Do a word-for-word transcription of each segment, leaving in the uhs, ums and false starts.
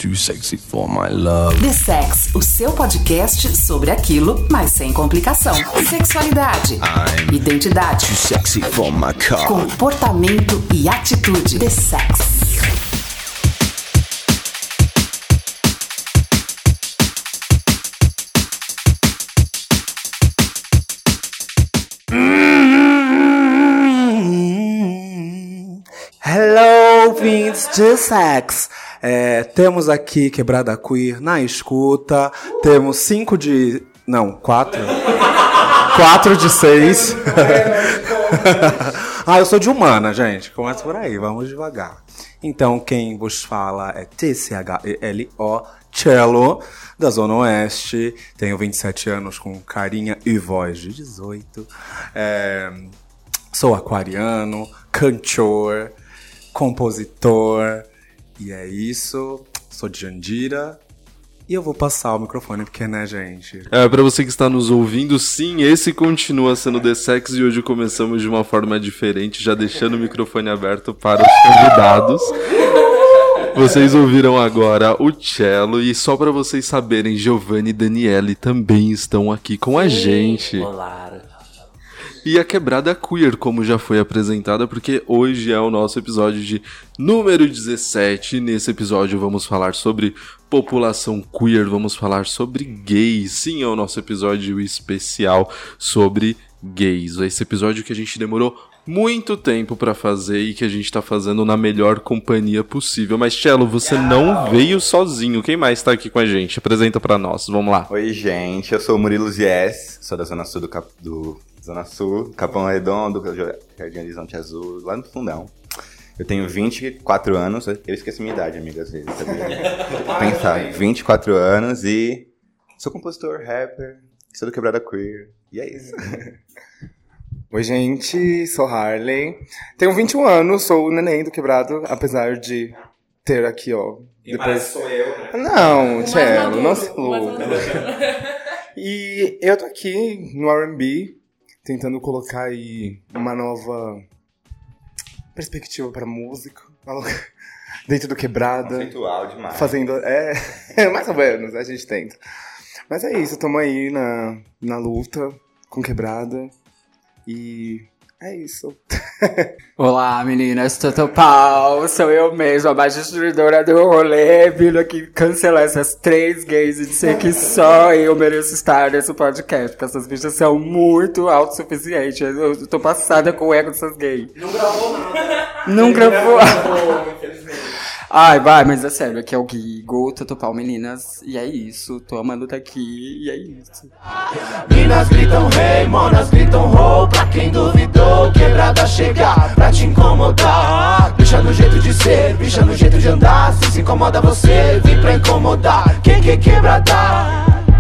too sexy for my love. The Sex, o seu podcast sobre aquilo, mas sem complicação. Sexualidade, I'm identidade, too sexy for my car. comportamento e atitude. The Sex. Hello, ouvintes de Sex. É, temos aqui Quebrada Queer na escuta. Temos cinco de... Não, quatro. Quatro de seis. Ah, eu sou de humana, gente. Começa por aí, vamos devagar. Então, quem vos fala é T C H E L O, Cello, da Zona Oeste. Tenho vinte e sete anos, com carinha e voz de dezoito. É, sou aquariano, cantor, compositor, e é isso. Sou de Jandira. E eu vou passar o microfone, porque, né, gente? É, pra você que está nos ouvindo, sim, esse continua sendo The Sex e hoje começamos de uma forma diferente, já deixando o microfone aberto para os convidados. Vocês ouviram agora o Cello e só pra vocês saberem, Giovanni e Daniele também estão aqui com a gente. Olá. E a Quebrada Queer, como já foi apresentada, porque hoje é o nosso episódio de número dezessete. Nesse episódio vamos falar sobre população queer, vamos falar sobre gays. Sim, é o nosso episódio especial sobre gays. Esse episódio que a gente demorou muito tempo pra fazer e que a gente tá fazendo na melhor companhia possível. Mas, Cello, você não veio sozinho. Quem mais tá aqui com a gente? Apresenta pra nós, vamos lá. Oi, gente, eu sou o Murilo Zies, sou da Zona Sul do... Cap... do... Zona Sul, Capão Redondo, Jardim Horizonte Azul, lá no fundão. Eu tenho vinte e quatro anos, eu esqueço minha idade, amiga, às vezes, sabia? Pensar, vinte e quatro anos e sou compositor, rapper, sou do Quebrada Queer, e é isso. Oi, gente, sou Harley, tenho vinte e um anos, sou o neném do Quebrado, apesar de ter aqui, ó... E depois... mais sou eu, né? Não, Cello, não se louca. E eu tô aqui no R and B, tentando colocar aí uma nova perspectiva pra música, dentro do Quebrada. Conceitual demais. Fazendo, é, mais ou menos, a gente tenta. Mas é isso, tamo aí na, na luta com Quebrada e é isso. Olá, meninas, Toto Pau, sou eu mesma, a mais destruidora do rolê, vindo aqui cancelar essas três gays e dizer que só eu mereço estar nesse podcast, porque essas bichas são muito autossuficientes. Eu tô passada com o ego dessas gays. Não gravou nada. Não gravou. Ai, vai, mas é sério, aqui é o Guigo, Toto Pau, meninas, e é isso, tô amando tá aqui, e é isso. Minas gritam rei, monas gritam roll, pra quem duvidou, Quebrada chegar pra te incomodar. Bicha no jeito de ser, bicha no jeito de andar, se se incomoda você, vem pra incomodar, quem quer Quebrada?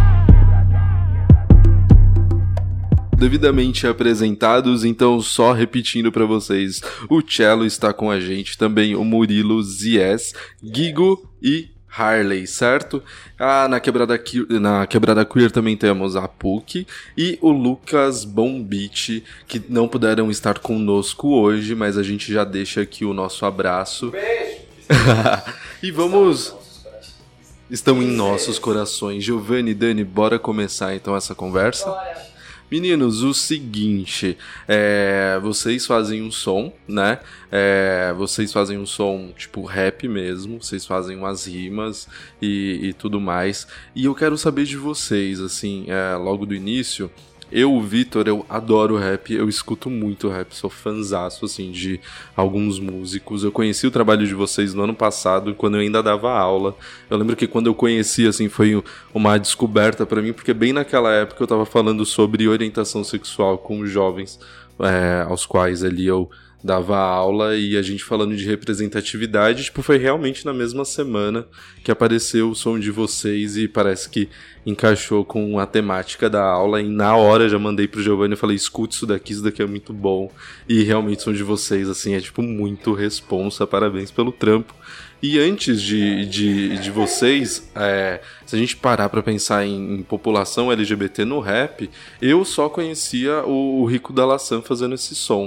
Devidamente apresentados, então só repetindo pra vocês, o Cello está com a gente, também o Murilo Zies, Guigo e Harley, certo? Ah, na Quebrada, na Quebrada Queer também temos a Puki e o Lucas Bombite, que não puderam estar conosco hoje, mas a gente já deixa aqui o nosso abraço. Beijo! E vamos... Estão em nossos corações. Giovanni e Dani, bora começar então essa conversa? Bora! Meninos, o seguinte, é, vocês fazem um som, né? É, vocês fazem um som tipo rap mesmo, vocês fazem umas rimas e, e tudo mais. E eu quero saber de vocês, assim, é, logo do início. Eu, o Vitor, eu adoro rap, eu escuto muito rap, sou fanzaço, assim, de alguns músicos. Eu conheci o trabalho de vocês no ano passado, quando eu ainda dava aula. Eu lembro que quando eu conheci, assim, foi uma descoberta pra mim, porque bem naquela época eu tava falando sobre orientação sexual com jovens, é, aos quais ali eu dava aula, e a gente falando de representatividade, tipo, foi realmente na mesma semana que apareceu o som de vocês e parece que encaixou com a temática da aula, e na hora já mandei pro Giovanni e falei, escute isso daqui, isso daqui é muito bom, e realmente o som de vocês, assim, é tipo muito responsa, parabéns pelo trampo. E antes de, de, de vocês, é, se a gente parar pra pensar em, em população L G B T no rap, eu só conhecia o, o Rico da Laçã fazendo esse som.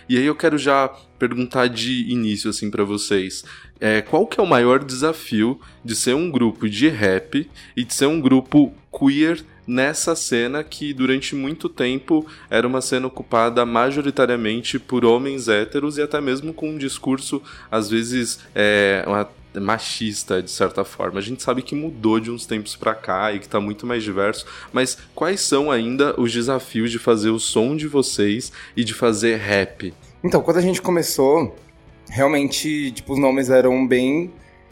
E aí eu quero já perguntar de início, assim, pra vocês. É, qual que é o maior desafio de ser um grupo de rap e de ser um grupo queer nessa cena que durante muito tempo era uma cena ocupada majoritariamente por homens héteros e até mesmo com um discurso, às vezes, é, uma, machista, de certa forma. A gente sabe que mudou de uns tempos pra cá e que tá muito mais diverso, mas quais são ainda os desafios de fazer o som de vocês e de fazer rap? Então, quando a gente começou, realmente, tipo, os nomes eram bem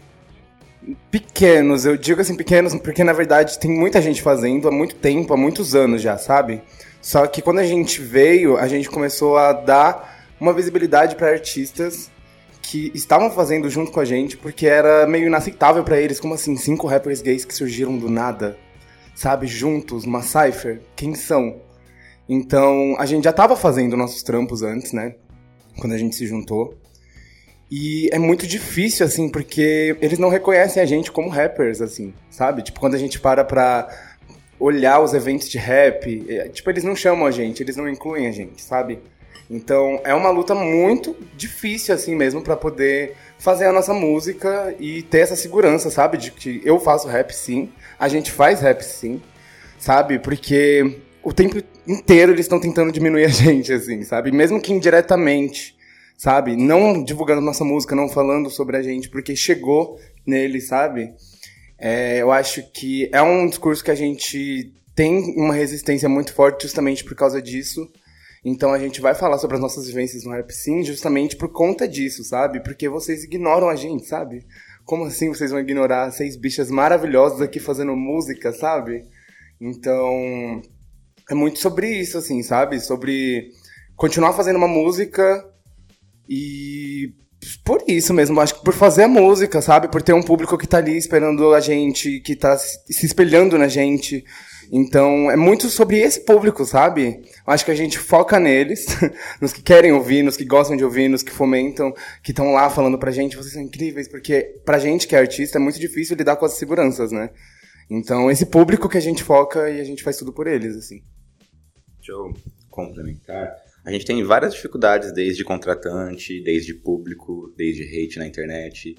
pequenos. Eu digo assim, pequenos, porque na verdade tem muita gente fazendo há muito tempo, há muitos anos já, sabe? Só que quando a gente veio, a gente começou a dar uma visibilidade para artistas que estavam fazendo junto com a gente, porque era meio inaceitável para eles. Como assim, cinco rappers gays que surgiram do nada, sabe? Juntos, uma cypher, quem são? Então, a gente já tava fazendo nossos trampos antes, né? Quando a gente se juntou. E é muito difícil, assim, porque eles não reconhecem a gente como rappers, assim, sabe? Tipo, quando a gente para pra olhar os eventos de rap, é, tipo, eles não chamam a gente, eles não incluem a gente, sabe? Então, é uma luta muito difícil, assim mesmo, pra poder fazer a nossa música e ter essa segurança, sabe? De que eu faço rap, sim, a gente faz rap, sim, sabe? Porque o tempo inteiro eles estão tentando diminuir a gente, assim, sabe? Mesmo que indiretamente, sabe? Não divulgando nossa música, não falando sobre a gente, porque chegou nele, sabe? É, eu acho que é um discurso que a gente tem uma resistência muito forte justamente por causa disso. Então a gente vai falar sobre as nossas vivências no Rap Sim justamente por conta disso, sabe? Porque vocês ignoram a gente, sabe? Como assim vocês vão ignorar seis bichas maravilhosas aqui fazendo música, sabe? Então é muito sobre isso, assim, sabe? Sobre continuar fazendo uma música. E por isso mesmo, acho que por fazer a música, sabe? Por ter um público que tá ali esperando a gente, que tá se espelhando na gente. Então, é muito sobre esse público, sabe? Acho que a gente foca neles, nos que querem ouvir, nos que gostam de ouvir, nos que fomentam, que estão lá falando pra gente, vocês são incríveis, porque pra gente que é artista é muito difícil lidar com as seguranças, né? Então, esse público que a gente foca e a gente faz tudo por eles, assim. Deixa eu complementar. A gente tem várias dificuldades, desde contratante, desde público, desde hate na internet,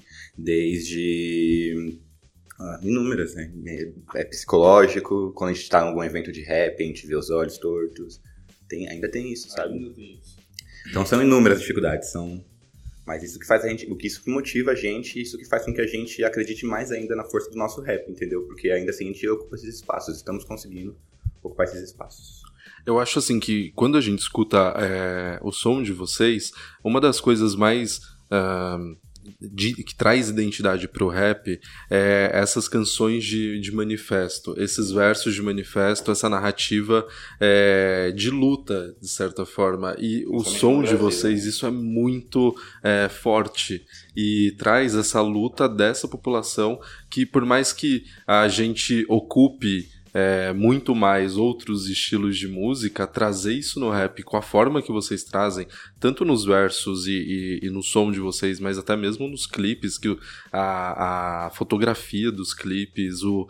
desde ah, inúmeras, né? É psicológico, quando a gente tá em algum evento de rap, a gente vê os olhos tortos. Tem, ainda tem isso, sabe? Ainda tem isso. Então são inúmeras dificuldades, são... mas isso que faz a gente, o que isso que motiva a gente, isso que faz com que a gente acredite mais ainda na força do nosso rap, entendeu? Porque ainda assim a gente ocupa esses espaços, estamos conseguindo ocupar esses espaços. Eu acho assim que quando a gente escuta é, o som de vocês, uma das coisas mais uh, de, que traz identidade pro rap é essas canções de, de manifesto, esses versos de manifesto, essa narrativa é, de luta, de certa forma. E o som de vocês, isso é muito é, forte e traz essa luta dessa população que, por mais que a gente ocupe É, muito mais outros estilos de música, trazer isso no rap com a forma que vocês trazem, tanto nos versos e, e, e no som de vocês, mas até mesmo nos clipes, que a, a fotografia dos clipes, o,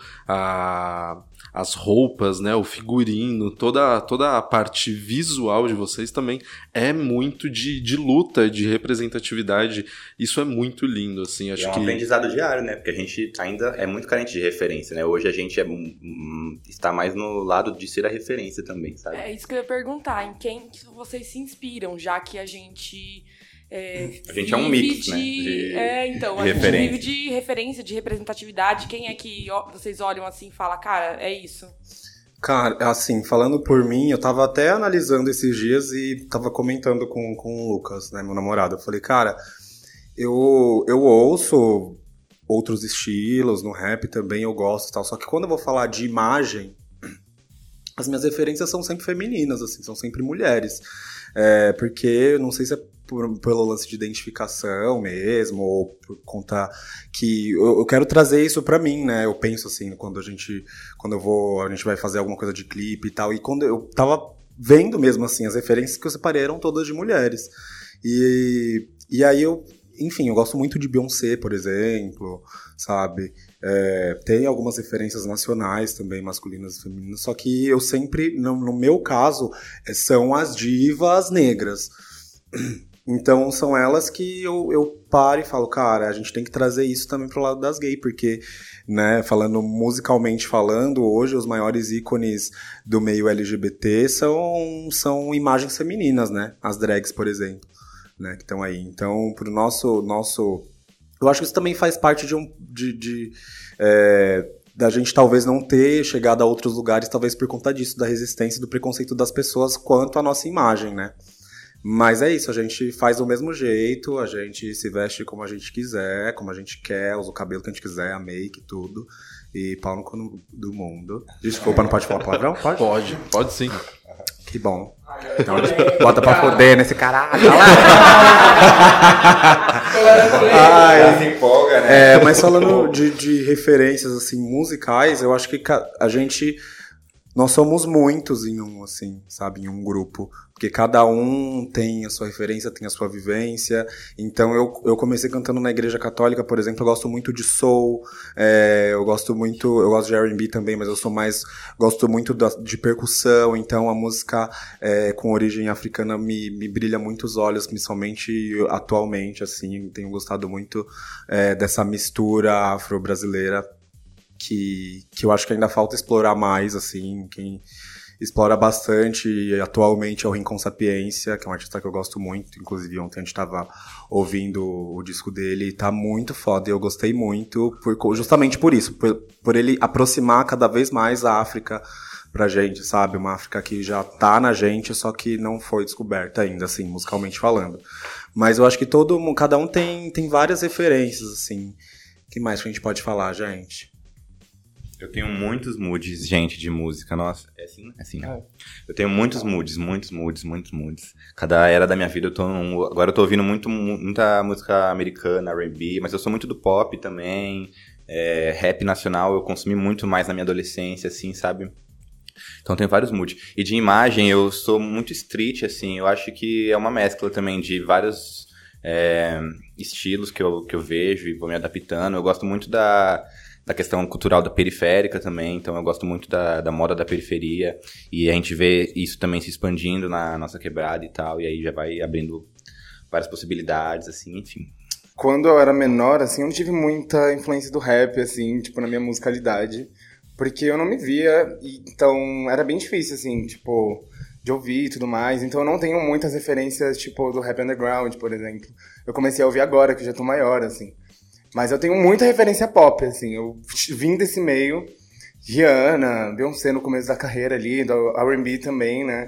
a, as roupas, né, o figurino, toda, toda a parte visual de vocês também é muito de, de luta, de representatividade. Isso é muito lindo, assim. Acho é um que... aprendizado diário, né? Porque a gente ainda é muito carente de referência, né? Hoje a gente é, um, está mais no lado de ser a referência também, sabe? É isso que eu ia perguntar. Em quem que vocês se inspiram, já que a gente... É, a gente é um mix, de, né? De, é, então, de a gente referência. vive de referência, de representatividade. Quem é que ó, vocês olham assim e falam, cara, é isso? Cara, assim, falando por mim, eu tava até analisando esses dias e tava comentando com, com o Lucas, né, meu namorado. Eu falei, cara, eu, eu ouço outros estilos no rap também, eu gosto e tal. Só que quando eu vou falar de imagem, as minhas referências são sempre femininas, assim, são sempre mulheres. É, porque, não sei se é por, pelo lance de identificação mesmo, ou por conta que eu, eu quero trazer isso pra mim, né? Eu penso assim, quando a gente, quando eu vou, a gente vai fazer alguma coisa de clipe e tal, e quando eu tava vendo mesmo assim, as referências que eu separei eram todas de mulheres. E, e aí eu, enfim, eu gosto muito de Beyoncé, por exemplo, sabe? É, tem algumas referências nacionais também, masculinas e femininas, só que eu sempre, no, no meu caso, são as divas negras. Então são elas que eu, eu paro e falo, cara, a gente tem que trazer isso também pro lado das gays, porque, né, falando musicalmente falando, hoje os maiores ícones do meio L G B T são, são imagens femininas, né? As drags, por exemplo, né, que estão aí. Então, pro nosso, nosso... Eu acho que isso também faz parte de um... De, de, é, da gente talvez não ter chegado a outros lugares, talvez por conta disso, da resistência e do preconceito das pessoas quanto à nossa imagem, né? Mas é isso, a gente faz do mesmo jeito, a gente se veste como a gente quiser, como a gente quer, usa o cabelo que a gente quiser, a make, tudo. E pau no cu do mundo. Desculpa, não pode falar palavrão? Pode? Pode, pode sim. Que bom. Então, bota pra foder nesse caralho. Ai, se empolga, né? É, mas falando de, de referências, assim, musicais, eu acho que a gente... Nós somos muitos em um, assim, sabe, em um grupo. Porque cada um tem a sua referência, tem a sua vivência. Então eu, eu comecei cantando na igreja católica, por exemplo, eu gosto muito de soul, é, eu gosto muito, eu gosto de R and B também, mas eu sou mais, gosto muito da, de percussão, então a música é, com origem africana me, me brilha muito os olhos, principalmente atualmente, assim, tenho gostado muito é, dessa mistura afro-brasileira. Que, que eu acho que ainda falta explorar mais, assim, quem explora bastante atualmente é o Rincon Sapiência, que é um artista que eu gosto muito, inclusive ontem a gente tava ouvindo o disco dele, e tá muito foda, e eu gostei muito, por, justamente por isso, por, por ele aproximar cada vez mais a África pra gente, sabe, uma África que já tá na gente, só que não foi descoberta ainda, assim, musicalmente falando. Mas eu acho que todo cada um tem, tem várias referências, assim, o que mais que a gente pode falar, gente? Eu tenho muitos moods, gente, de música. Nossa, é assim? É assim, né? Eu tenho muitos moods, muitos moods, muitos moods. Cada era da minha vida eu tô num... Agora eu tô ouvindo muito, muita música americana, R and B, mas eu sou muito do pop também. É, rap nacional eu consumi muito mais na minha adolescência, assim, sabe? Então tem vários moods. E de imagem eu sou muito street, assim. Eu acho que é uma mescla também de vários é, estilos que eu, que eu vejo e vou me adaptando. Eu gosto muito da... da questão cultural da periférica também, então eu gosto muito da, da moda da periferia, e a gente vê isso também se expandindo na nossa quebrada e tal, e aí já vai abrindo várias possibilidades, assim, enfim. Quando eu era menor, assim, eu não tive muita influência do rap, assim, tipo, na minha musicalidade, porque eu não me via, então era bem difícil, assim, tipo, de ouvir e tudo mais, então eu não tenho muitas referências, tipo, do rap underground, por exemplo. Eu comecei a ouvir agora, que eu já tô maior, assim. Mas eu tenho muita referência pop, assim, eu vim desse meio, Rihanna, Beyoncé no começo da carreira ali, do R and B também, né?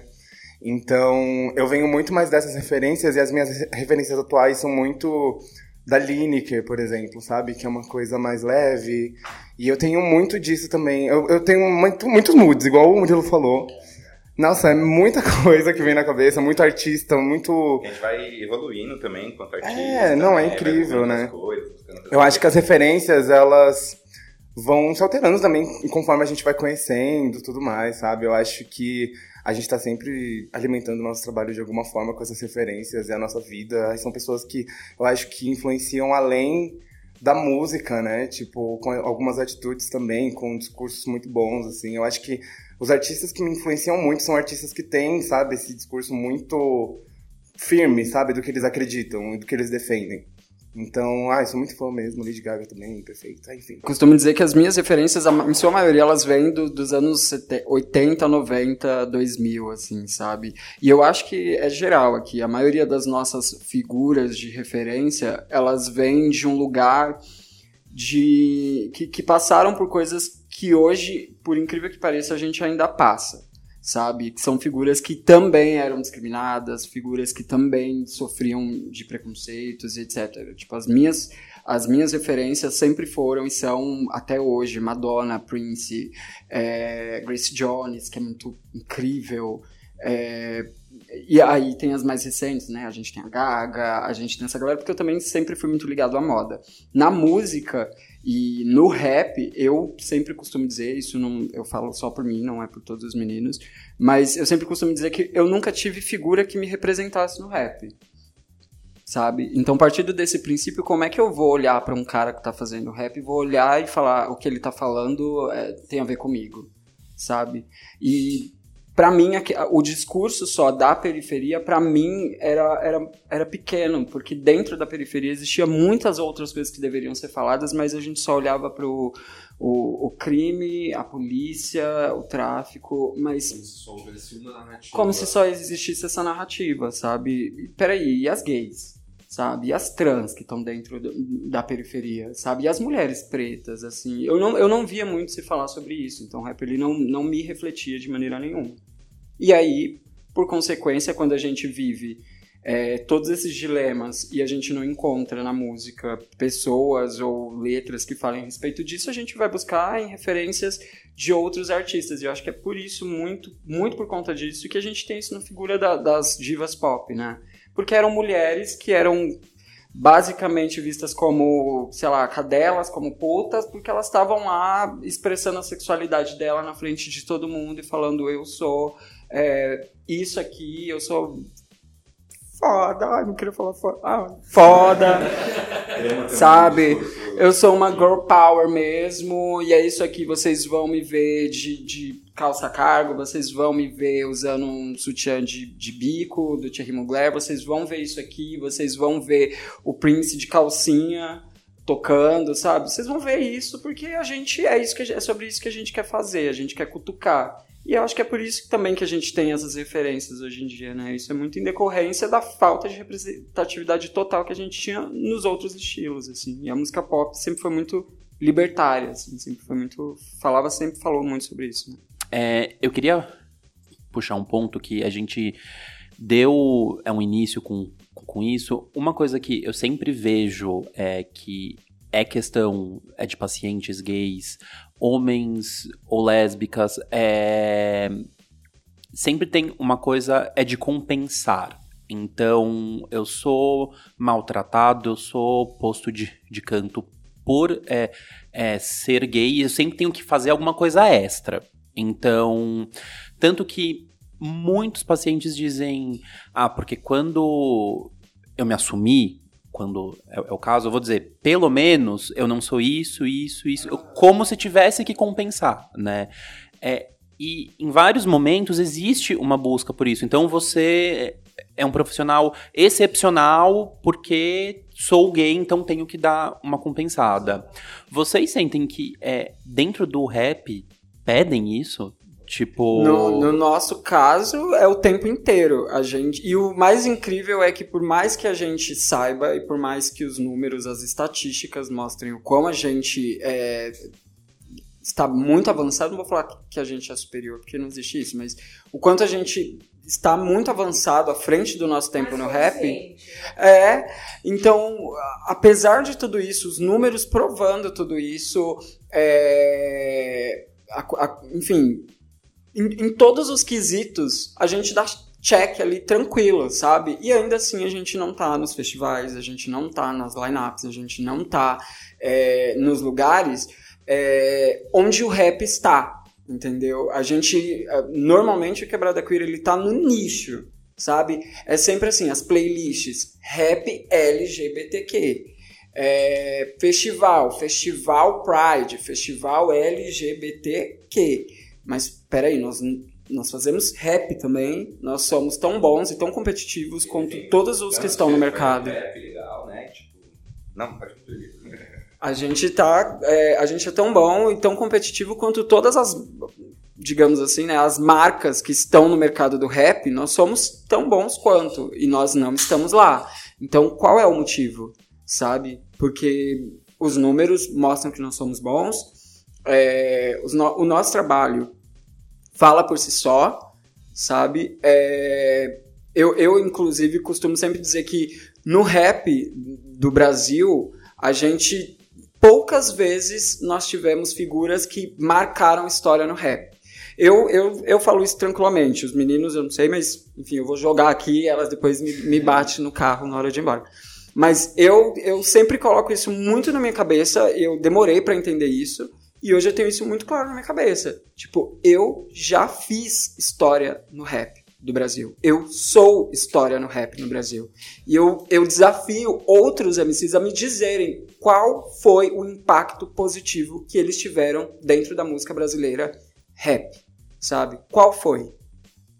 Então, eu venho muito mais dessas referências, e as minhas referências atuais são muito da Lineker, por exemplo, sabe? Que é uma coisa mais leve, e eu tenho muito disso também. Eu, eu tenho muito, muitos moods, igual o Murilo falou. Nossa, é muita coisa que vem na cabeça, muito artista, muito... A gente vai evoluindo também enquanto artista. É, não, é né? incrível, né? Coisas, eu acho que as referências, elas vão se alterando também conforme a gente vai conhecendo, tudo mais, sabe? Eu acho que a gente tá sempre alimentando o nosso trabalho de alguma forma com essas referências e a nossa vida. São pessoas que eu acho que influenciam além da música, né? Tipo, com algumas atitudes também, com discursos muito bons, assim. Eu acho que os artistas que me influenciam muito são artistas que têm, sabe, esse discurso muito firme, sabe, do que eles acreditam e do que eles defendem. Então, ah, eu sou muito fã mesmo, Lady Gaga também, perfeito, enfim. Costumo dizer que as minhas referências, em sua maioria, elas vêm do, dos anos oitenta, noventa, dois mil, assim, sabe? E eu acho que é geral aqui, a maioria das nossas figuras de referência, elas vêm de um lugar de que, que passaram por coisas que hoje, por incrível que pareça, a gente ainda passa, sabe? Que são figuras que também eram discriminadas, figuras que também sofriam de preconceitos, etcétera. Tipo, as minhas, as minhas referências sempre foram e são, até hoje, Madonna, Prince, é, Grace Jones, que é muito incrível, é, e aí tem as mais recentes, né? A gente tem a Gaga, a gente tem essa galera, porque eu também sempre fui muito ligado à moda. Na música e no rap, eu sempre costumo dizer, isso não, eu falo só por mim, não é por todos os meninos, mas eu sempre costumo dizer que eu nunca tive figura que me representasse no rap, sabe? Então, partindo desse princípio, como é que eu vou olhar para um cara que tá fazendo rap, vou olhar e falar o que ele tá falando é, tem a ver comigo, sabe? E pra mim, o discurso só da periferia, pra mim, era, era, era pequeno, porque dentro da periferia existia muitas outras coisas que deveriam ser faladas, mas a gente só olhava pro o, o crime, a polícia, o tráfico, mas... Como se só houvesse uma narrativa. Como se só existisse essa narrativa, sabe? E, peraí, e as gays? Sabe? E as trans que estão dentro do, da periferia, sabe? E as mulheres pretas, assim. Eu não, eu não via muito se falar sobre isso, então o rap ele não, não me refletia de maneira nenhuma. E aí, por consequência, quando a gente vive é, todos esses dilemas e a gente não encontra na música pessoas ou letras que falem a respeito disso, a gente vai buscar em referências de outros artistas. E eu acho que é por isso, muito, muito por conta disso, que a gente tem isso na figura da, das divas pop, né? Porque eram mulheres que eram basicamente vistas como, sei lá, cadelas, como putas, porque elas estavam lá expressando a sexualidade dela na frente de todo mundo e falando, eu sou é, isso aqui, eu sou foda, ai, não queria falar foda, ah, foda, sabe? Eu sou uma girl power mesmo, e é isso aqui, vocês vão me ver de, de calça cargo, vocês vão me ver usando um sutiã de, de bico do Thierry Mugler, vocês vão ver isso aqui, vocês vão ver o Prince de calcinha tocando, sabe? Vocês vão ver isso porque a gente, é, isso que, é sobre isso que a gente quer fazer, a gente quer cutucar. E eu acho que é por isso também que a gente tem essas referências hoje em dia, né? Isso é muito em decorrência da falta de representatividade total que a gente tinha nos outros estilos, assim. E a música pop sempre foi muito libertária, assim, sempre foi muito... Falava, sempre falou muito sobre isso, né? É, eu queria puxar um ponto que a gente deu é um início com, com isso. Uma coisa que eu sempre vejo é que é questão é de pacientes gays, homens ou lésbicas, é, sempre tem uma coisa é de compensar. Então, eu sou maltratado, eu sou posto de, de canto por é, é, ser gay, eu sempre tenho que fazer alguma coisa extra. Então, tanto que muitos pacientes dizem, ah, porque quando eu me assumi, quando é, é o caso, eu vou dizer, pelo menos eu não sou isso, isso, isso, eu, como se tivesse que compensar, né? É, e em vários momentos existe uma busca por isso. Então você é um profissional excepcional porque sou gay, então tenho que dar uma compensada. Vocês sentem que é, dentro do rap pedem isso? Tipo... No, no nosso caso, é o tempo inteiro. A gente... E o mais incrível é que por mais que a gente saiba e por mais que os números, as estatísticas mostrem o como a gente é, está muito avançado, não vou falar que a gente é superior, porque não existe isso, mas o quanto a gente está muito avançado à frente do nosso tempo no rap. É, então, apesar de tudo isso, os números provando tudo isso, é, a, a, enfim... Em, em todos os quesitos, a gente dá check ali tranquilo, sabe? E ainda assim a gente não tá nos festivais, a gente não tá nas line-ups, a gente não tá é, nos lugares é, onde o rap está, entendeu? A gente, normalmente o Quebrada Queer, ele tá no nicho, sabe? É sempre assim, as playlists, rap L G B T Q, é, festival, festival Pride, festival L G B T Q. Mas, peraí, nós, nós fazemos rap também, nós somos tão bons e tão competitivos quanto todos os que estão no mercado. Rap legal, né? Tipo, não, pode a gente tá, é, a gente é tão bom e tão competitivo quanto todas as, digamos assim, né, as marcas que estão no mercado do rap, nós somos tão bons quanto, e nós não estamos lá. Então, qual é o motivo, sabe? Porque os números mostram que nós somos bons, é, os no, o nosso trabalho fala por si só, sabe? É, eu, eu, inclusive, costumo sempre dizer que no rap do Brasil, a gente, poucas vezes, nós tivemos figuras que marcaram história no rap. Eu, eu, eu falo isso tranquilamente, os meninos, eu não sei, mas, enfim, eu vou jogar aqui, elas depois me, me batem no carro na hora de ir embora. Mas eu, eu sempre coloco isso muito na minha cabeça, eu demorei pra entender isso, e hoje eu tenho isso muito claro na minha cabeça. Tipo, eu já fiz história no rap do Brasil. Eu sou história no rap no Brasil. E eu, eu desafio outros M Cs a me dizerem qual foi o impacto positivo que eles tiveram dentro da música brasileira rap, sabe? Qual foi?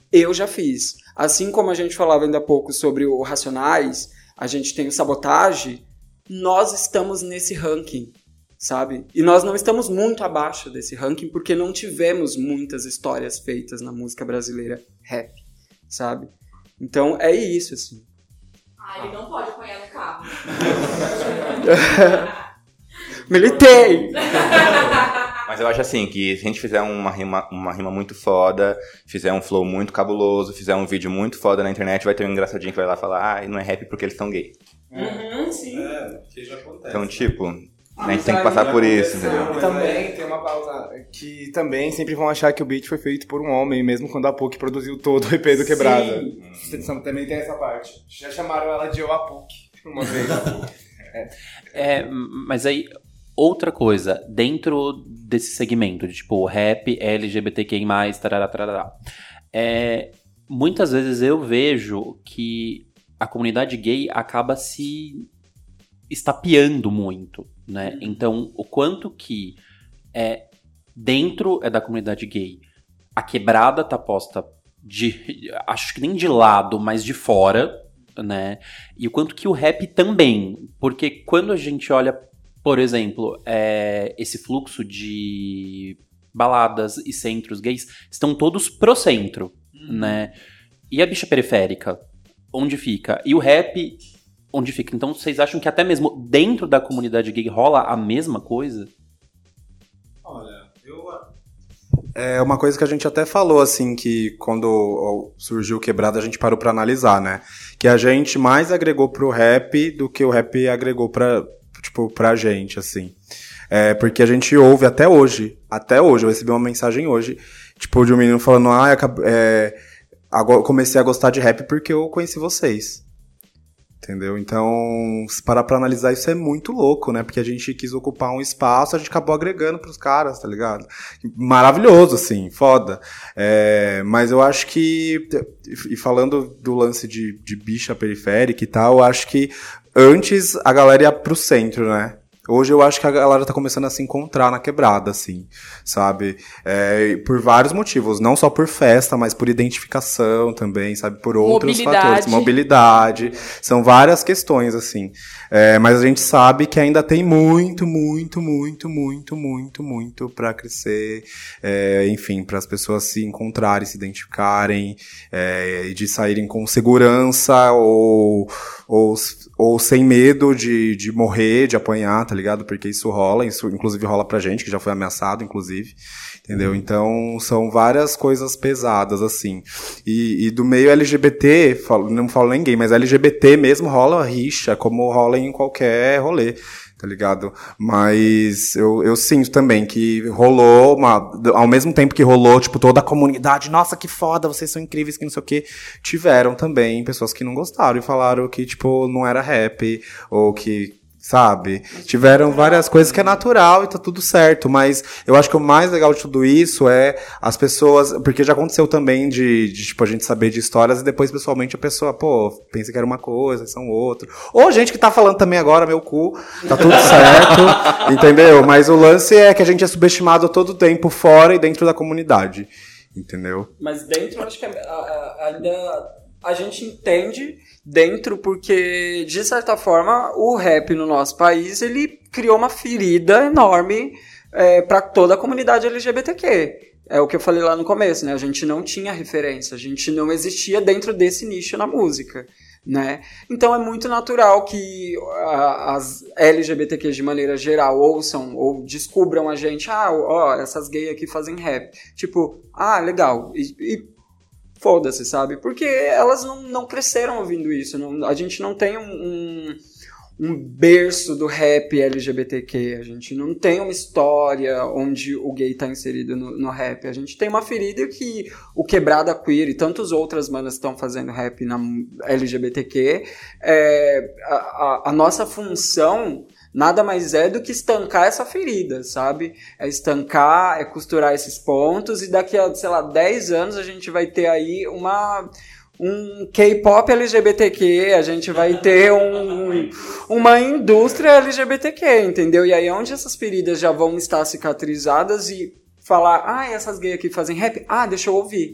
Eu já fiz. Assim como a gente falava ainda há pouco sobre o Racionais, a gente tem o Sabotage, nós estamos nesse ranking, sabe? E nós não estamos muito abaixo desse ranking porque não tivemos muitas histórias feitas na música brasileira rap, sabe? Então é isso, assim. Ah, ele não pode apanhar no carro. Militei! Mas eu acho assim, que se a gente fizer uma rima, uma rima muito foda, fizer um flow muito cabuloso, fizer um vídeo muito foda na internet, vai ter um engraçadinho que vai lá falar, ah, não é rap porque eles estão gay. Uhum, sim. É, que já acontece. Então, tipo, a gente tem que passar por isso, entendeu? Também tem uma pauta que também sempre vão achar que o beat foi feito por um homem, mesmo quando a P U C produziu todo o E P do Quebrada. Sim. Também tem essa parte. Já chamaram ela de Eu a P U C uma vez. é. É, mas aí, outra coisa, dentro desse segmento de tipo rap, L G B T Q I mais, tarará, tarará, é, muitas vezes eu vejo que a comunidade gay acaba se estapeando muito, né? Então, o quanto que é, dentro é da comunidade gay, a quebrada tá posta de, acho que nem de lado, mas de fora, né? E o quanto que o rap também, porque quando a gente olha, por exemplo, é, esse fluxo de baladas e centros gays estão todos pro centro, uhum. né? E a bicha periférica, onde fica? E o rap, onde fica? Então, vocês acham que até mesmo dentro da comunidade gay rola a mesma coisa? Olha, eu... É uma coisa que a gente até falou, assim, que quando surgiu o Quebrada, a gente parou pra analisar, né? Que a gente mais agregou pro rap do que o rap agregou pra, tipo, pra gente, assim. É, porque a gente ouve até hoje, até hoje, eu recebi uma mensagem hoje, tipo, de um menino falando, ah, é, agora comecei a gostar de rap porque eu conheci vocês. Entendeu? Então, se parar pra analisar, isso é muito louco, né? Porque a gente quis ocupar um espaço, a gente acabou agregando pros caras, tá ligado? Maravilhoso, assim, foda. É, mas eu acho que, e falando do lance de, de bicha periférica e tal, eu acho que antes a galera ia pro centro, né? Hoje eu acho que a galera tá começando a se encontrar na quebrada, assim, sabe? É, por vários motivos, não só por festa, mas por identificação também, sabe? Por outros Mobilidade. fatores. Mobilidade. São várias questões, assim. É, mas a gente sabe que ainda tem muito, muito, muito, muito, muito, muito pra crescer. É, enfim, para as pessoas se encontrarem, se identificarem, é, de saírem com segurança ou, ou, ou sem medo de, de morrer, de apanhar, tá ligado? Porque isso rola, isso inclusive rola pra gente, que já foi ameaçado, inclusive, entendeu? Então, são várias coisas pesadas, assim. E, e do meio L G B T, falo, não falo nem gay, mas L G B T mesmo rola rixa, como rola em qualquer rolê, tá ligado? Mas eu, eu sinto também que rolou, uma, ao mesmo tempo que rolou, tipo, toda a comunidade, nossa, que foda, vocês são incríveis, que não sei o quê, tiveram também pessoas que não gostaram e falaram que, tipo, não era rap, ou que sabe? Tiveram várias coisas que é natural e tá tudo certo, mas eu acho que o mais legal de tudo isso é as pessoas, porque já aconteceu também de, de tipo, a gente saber de histórias e depois pessoalmente a pessoa, pô, pensa que era uma coisa, são outro. Ou gente que tá falando também agora, meu cu, tá tudo certo, entendeu? Mas o lance é que a gente é subestimado todo o tempo fora e dentro da comunidade, entendeu? Mas dentro, eu acho que ainda a gente entende dentro porque, de certa forma, o rap no nosso país, ele criou uma ferida enorme é, para toda a comunidade L G B T Q. É o que eu falei lá no começo, né? A gente não tinha referência, a gente não existia dentro desse nicho na música, né? Então é muito natural que a, as L G B T Q de maneira geral ouçam ou descubram a gente, ah, ó, essas gays aqui fazem rap. Tipo, ah, legal. E, e foda-se, sabe? Porque elas não, não cresceram ouvindo isso. Não, a gente não tem um, um, um berço do rap L G B T Q. A gente não tem uma história onde o gay tá inserido no, no rap. A gente tem uma ferida que o Quebrada Queer e tantas outras manas estão fazendo rap na L G B T Q. É, a, a, a nossa função nada mais é do que estancar essa ferida, sabe? É estancar, é costurar esses pontos e daqui a, sei lá, dez anos a gente vai ter aí uma, um K-pop L G B T Q, a gente vai ter um, uma indústria L G B T Q, entendeu? E aí onde essas feridas já vão estar cicatrizadas e falar, ah, essas gays aqui fazem rap? Ah, deixa eu ouvir.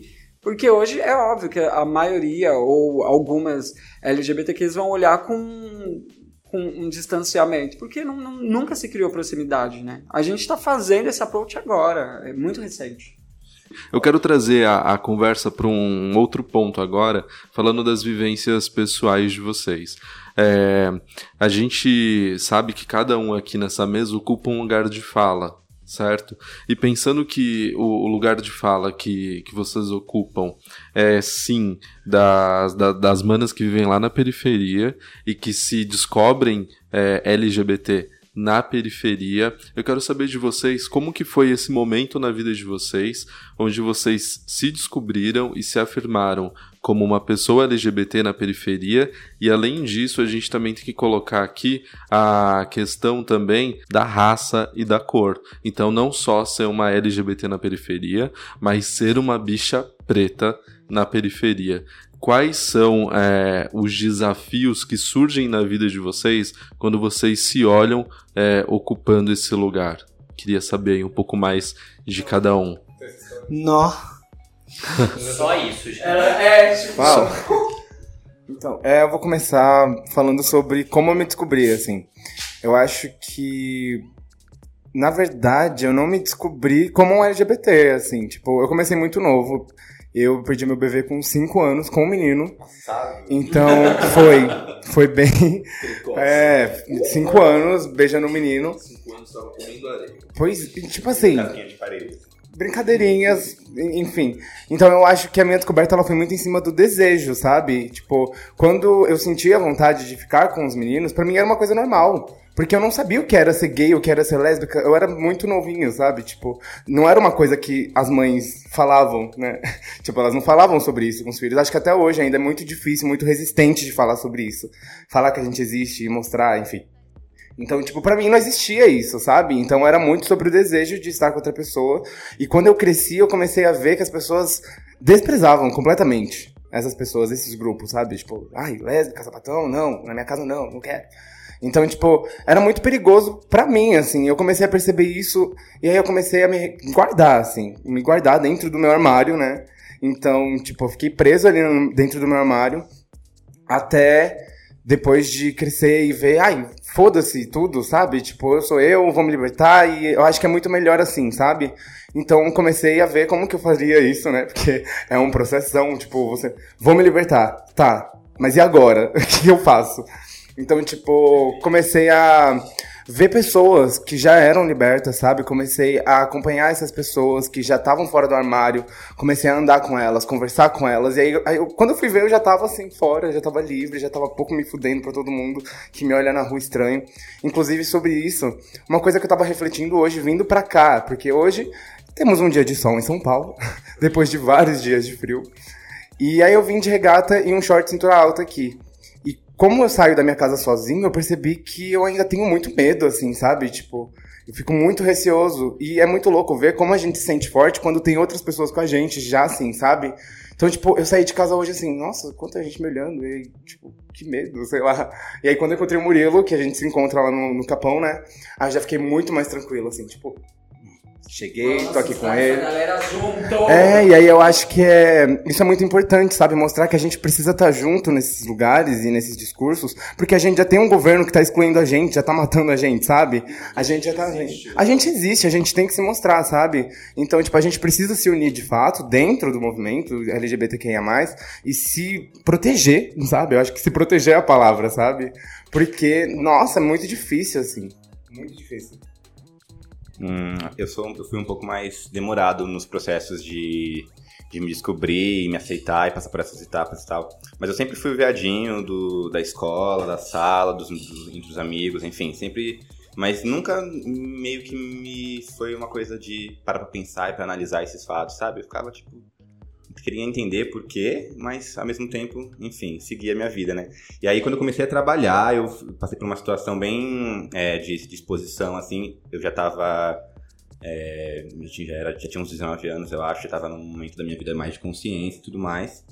Porque hoje é óbvio que a maioria ou algumas L G B T Qs vão olhar com, com um distanciamento, porque não, não, nunca se criou proximidade, né? A gente está fazendo esse approach agora, é muito recente. Eu quero trazer a, a conversa para um outro ponto agora, falando das vivências pessoais de vocês. É, a gente sabe que cada um aqui nessa mesa ocupa um lugar de fala, certo? E pensando que o, o lugar de fala que, que vocês ocupam é, sim, das, da, das manas que vivem lá na periferia e que se descobrem é, L G B T na periferia, eu quero saber de vocês como que foi esse momento na vida de vocês, onde vocês se descobriram e se afirmaram como uma pessoa L G B T na periferia, e além disso a gente também tem que colocar aqui a questão também da raça e da cor. Então não só ser uma L G B T na periferia, mas ser uma bicha preta na periferia. Quais são é, os desafios que surgem na vida de vocês quando vocês se olham é, ocupando esse lugar? Queria saber aí um pouco mais de cada um. Nó. Só isso, gente. É, tipo... Uau. Então, é, eu vou começar falando sobre como eu me descobri, assim. Eu acho que, na verdade, eu não me descobri como um L G B T, assim. Tipo, eu comecei muito novo. Eu perdi meu bebê com cinco anos, com um menino. Então, foi. Foi bem... É, cinco anos, beijando um menino. cinco anos tava comendo areia. Pois, tipo assim... Casinha de parede. Brincadeirinhas, enfim. Então eu acho que a minha descoberta ela foi muito em cima do desejo, sabe? Tipo, quando eu sentia a vontade de ficar com os meninos, pra mim era uma coisa normal. Porque eu não sabia o que era ser gay, o que era ser lésbica. Eu era muito novinho, sabe? Tipo, não era uma coisa que as mães falavam, né? Tipo, elas não falavam sobre isso com os filhos. Acho que até hoje ainda é muito difícil, muito resistente de falar sobre isso. Falar que a gente existe e mostrar, enfim. Então, tipo, pra mim não existia isso, sabe? Então era muito sobre o desejo de estar com outra pessoa. E quando eu cresci, eu comecei a ver que as pessoas desprezavam completamente essas pessoas, esses grupos, sabe? Tipo, ai, lésbica, sapatão, não, na minha casa não, não quero. Então, tipo, era muito perigoso pra mim, assim. Eu comecei a perceber isso e aí eu comecei a me guardar, assim. Me guardar dentro do meu armário, né? Então, tipo, eu fiquei preso ali dentro do meu armário até depois de crescer e ver, ai, foda-se tudo, sabe? Tipo, eu sou eu, vou me libertar e eu acho que é muito melhor assim, sabe? Então, comecei a ver como que eu fazia isso, né? Porque é um processão, tipo, você... Vou me libertar, tá, mas e agora? O que eu faço? Então, tipo, comecei a ver pessoas que já eram libertas, sabe? Comecei a acompanhar essas pessoas que já estavam fora do armário, comecei a andar com elas, conversar com elas, e aí, aí eu, quando eu fui ver, eu já tava assim, fora, já tava livre, já tava pouco me fudendo pra todo mundo que me olha na rua estranho. Inclusive, sobre isso, uma coisa que eu tava refletindo hoje, vindo pra cá, porque hoje temos um dia de sol em São Paulo, depois de vários dias de frio, e aí eu vim de regata e um short cintura alta aqui. Como eu saio da minha casa sozinho, eu percebi que eu ainda tenho muito medo, assim, sabe? Tipo, eu fico muito receoso. E é muito louco ver como a gente se sente forte quando tem outras pessoas com a gente já, assim, sabe? Então, tipo, eu saí de casa hoje assim, nossa, quanta gente me olhando. E aí, tipo, que medo, sei lá. E aí, quando eu encontrei o Murilo, que a gente se encontra lá no, no Capão, né? Aí eu já fiquei muito mais tranquilo, assim, tipo... Cheguei, nossa, tô aqui com ele. Galera junto. É, e aí eu acho que é, isso é muito importante, sabe? Mostrar que a gente precisa estar junto nesses lugares e nesses discursos, porque a gente já tem um governo que tá excluindo a gente, já tá matando a gente, sabe? A gente já tá... A gente, a gente existe, a gente tem que se mostrar, sabe? Então, tipo, a gente precisa se unir de fato dentro do movimento L G B T Q I A mais, e se proteger, sabe? Eu acho que se proteger é a palavra, sabe? Porque, nossa, é muito difícil, assim. Muito difícil. Hum, eu, sou, eu fui um pouco mais demorado nos processos de, de me descobrir, me aceitar e passar por essas etapas e tal. Mas eu sempre fui o viadinho do, da escola, da sala, dos, dos, entre os amigos, enfim, sempre... Mas nunca meio que me foi uma coisa de parar pra pensar e pra analisar esses fatos, sabe? Eu ficava, tipo... Queria entender por quê, mas ao mesmo tempo, enfim, seguia a minha vida, né? E aí, quando eu comecei a trabalhar, eu passei por uma situação bem é, de, de exposição, assim. Eu já tava... É, já, era, já tinha uns dezenove anos, eu acho. Já tava num momento da minha vida mais de consciência e tudo mais.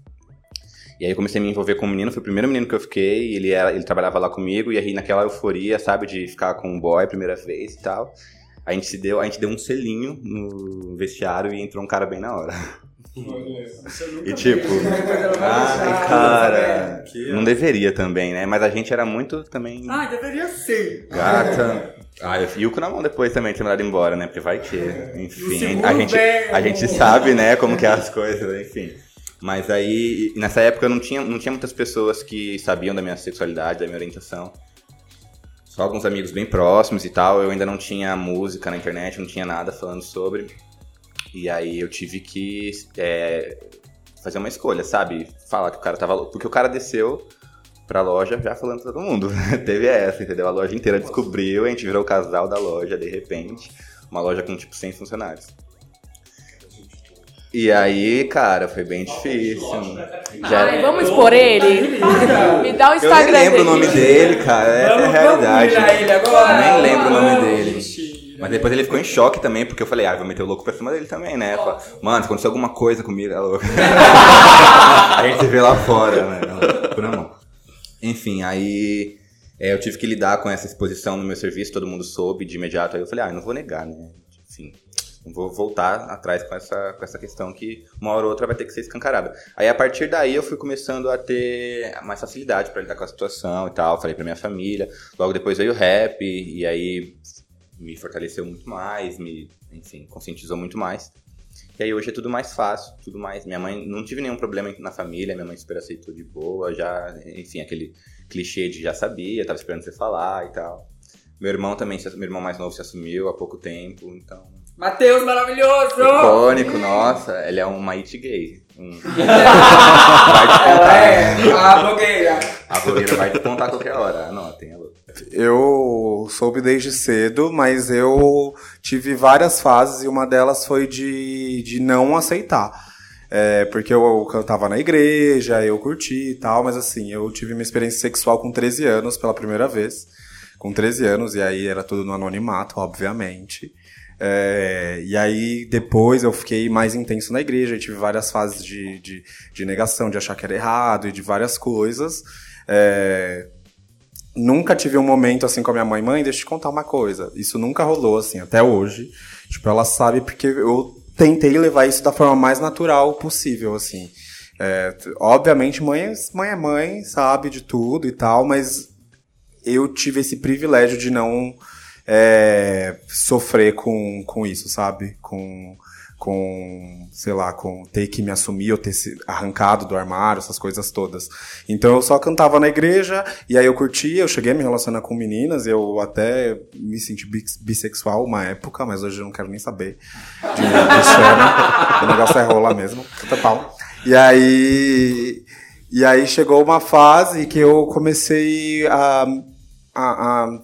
E aí eu comecei a me envolver com um menino. Foi o primeiro menino que eu fiquei. Ele, era, ele trabalhava lá comigo. E aí, naquela euforia, sabe? De ficar com um boy a primeira vez e tal. A gente, se deu, a gente deu um selinho no vestiário e entrou um cara bem na hora. E tipo, ai, cara, não deveria também, né? Mas a gente era muito também. Ah, deveria ser. Gata. Ah, eu fico na mão depois também de ter mandado embora, né? Porque vai que. Enfim, a gente, a gente sabe, né, como que é as coisas, enfim. Mas aí, nessa época não tinha, não tinha muitas pessoas que sabiam da minha sexualidade, da minha orientação. Só alguns amigos bem próximos e tal. Eu ainda não tinha música na internet, não tinha nada falando sobre. E aí eu tive que é, fazer uma escolha, sabe? Falar que o cara tava louco. Porque o cara desceu pra loja já falando pra todo mundo. Teve essa, entendeu? A loja inteira descobriu, a gente virou o casal da loja, de repente. Uma loja com, tipo, cem funcionários. E aí, cara, foi bem difícil. Já... Ai, vamos expor ele? Me dá o Instagram dele. Eu nem lembro dele. o nome dele, cara. Essa vamos, é a realidade. Vamos ele agora. Eu nem lembro o nome dele. Mas depois ele ficou em choque também, porque eu falei, ah, vou meter o louco pra cima dele também, né? Falei, mano, se acontecer alguma coisa comigo, é louco. A gente se vê lá fora, né? Louco na mão. Enfim, aí é, eu tive que lidar com essa exposição no meu serviço, todo mundo soube de imediato. Aí eu falei, ah, eu não vou negar, né? Enfim, não vou voltar atrás com essa, com essa questão que uma hora ou outra vai ter que ser escancarada. Aí a partir daí eu fui começando a ter mais facilidade pra lidar com a situação e tal. Falei pra minha família. Logo depois veio o rap, e aí me fortaleceu muito mais, me, enfim, conscientizou muito mais. E aí hoje é tudo mais fácil, tudo mais... Minha mãe, não tive nenhum problema na família, minha mãe super aceitou de boa, já, enfim, aquele clichê de já sabia, tava esperando você falar e tal. Meu irmão também, meu irmão mais novo se assumiu há pouco tempo, então... Matheus, maravilhoso! Icônico, nossa, ele é um Maite gay. Um... vai despontar. É, a blogueira. A blogueira vai despontar a qualquer hora, anotem, alô. Eu soube desde cedo, mas eu tive várias fases e uma delas foi de, de não aceitar. É, porque eu cantava na igreja, eu curti e tal, mas assim, eu tive uma experiência sexual com treze anos pela primeira vez. Com treze anos, e aí era tudo no anonimato, obviamente. É, e aí depois eu fiquei mais intenso na igreja, e tive várias fases de, de, de negação, de achar que era errado e de várias coisas. É, nunca tive um momento assim com a minha mãe, mãe, deixa eu te contar uma coisa. Isso nunca rolou assim, até hoje. Tipo, ela sabe porque eu tentei levar isso da forma mais natural possível, assim. É, obviamente, mãe, mãe é mãe, sabe de tudo e tal, mas eu tive esse privilégio de não é, sofrer com, com isso, sabe? Com, com, sei lá, com ter que me assumir ou ter se arrancado do armário, essas coisas todas. Então eu só cantava na igreja, e aí eu curtia, eu cheguei a me relacionar com meninas, eu até me senti bissexual uma época, mas hoje eu não quero nem saber de, de chama. O negócio é rolar mesmo, puta pau. E aí, e aí chegou uma fase que eu comecei a, a, a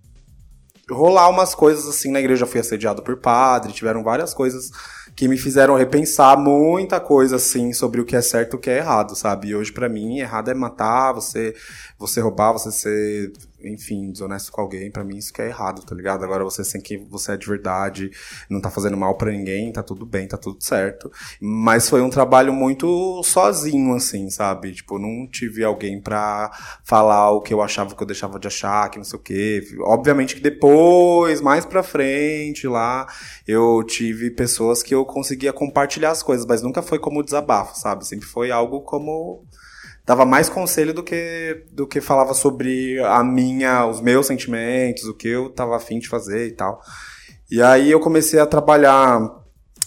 rolar umas coisas assim na igreja. Eu fui assediado por padre, tiveram várias coisas que me fizeram repensar muita coisa, assim, sobre o que é certo e o que é errado, sabe? E hoje, pra mim, errado é matar, você, você roubar, você ser, enfim, desonesto com alguém. Pra mim, isso que é errado, tá ligado? Agora, você sem quem você é de verdade, não tá fazendo mal pra ninguém, tá tudo bem, tá tudo certo. Mas foi um trabalho muito sozinho, assim, sabe? Tipo, não tive alguém pra falar o que eu achava que eu deixava de achar, que não sei o quê. Obviamente que depois, mais pra frente, lá, eu tive pessoas que eu conseguia compartilhar as coisas, mas nunca foi como desabafo, sabe? Sempre foi algo como... dava mais conselho do que, do que falava sobre a minha, os meus sentimentos, o que eu tava afim de fazer e tal. E aí eu comecei a trabalhar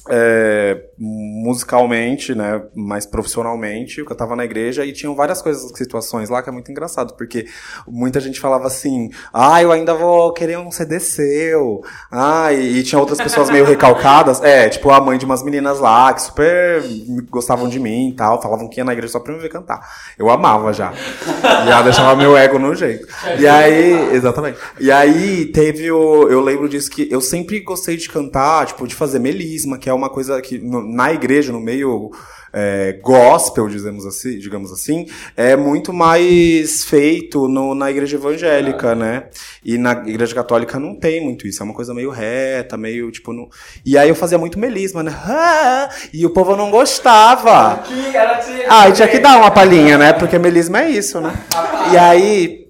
é, musicalmente, né, mais profissionalmente, eu tava na igreja, e tinham várias coisas, situações lá que é muito engraçado, porque muita gente falava assim, ah, eu ainda vou querer um C D seu, ah, e, e tinha outras pessoas meio recalcadas, é, tipo a mãe de umas meninas lá, que super gostavam de mim e tal, falavam que ia na igreja só pra me ver cantar. Eu amava já. E ela deixava meu ego no jeito. E aí, exatamente. E aí teve o, eu lembro disso que eu sempre gostei de cantar, tipo, de fazer melisma, que é uma coisa que no, na igreja, no meio é, gospel, digamos assim, digamos assim, é muito mais feito no, na igreja evangélica, ah. né? E na igreja católica não tem muito isso, é uma coisa meio reta, meio tipo... No... E aí eu fazia muito melisma, né? Ah, e o povo não gostava. Ah, e tinha que dar uma palhinha, né? Porque melisma é isso, né? E aí...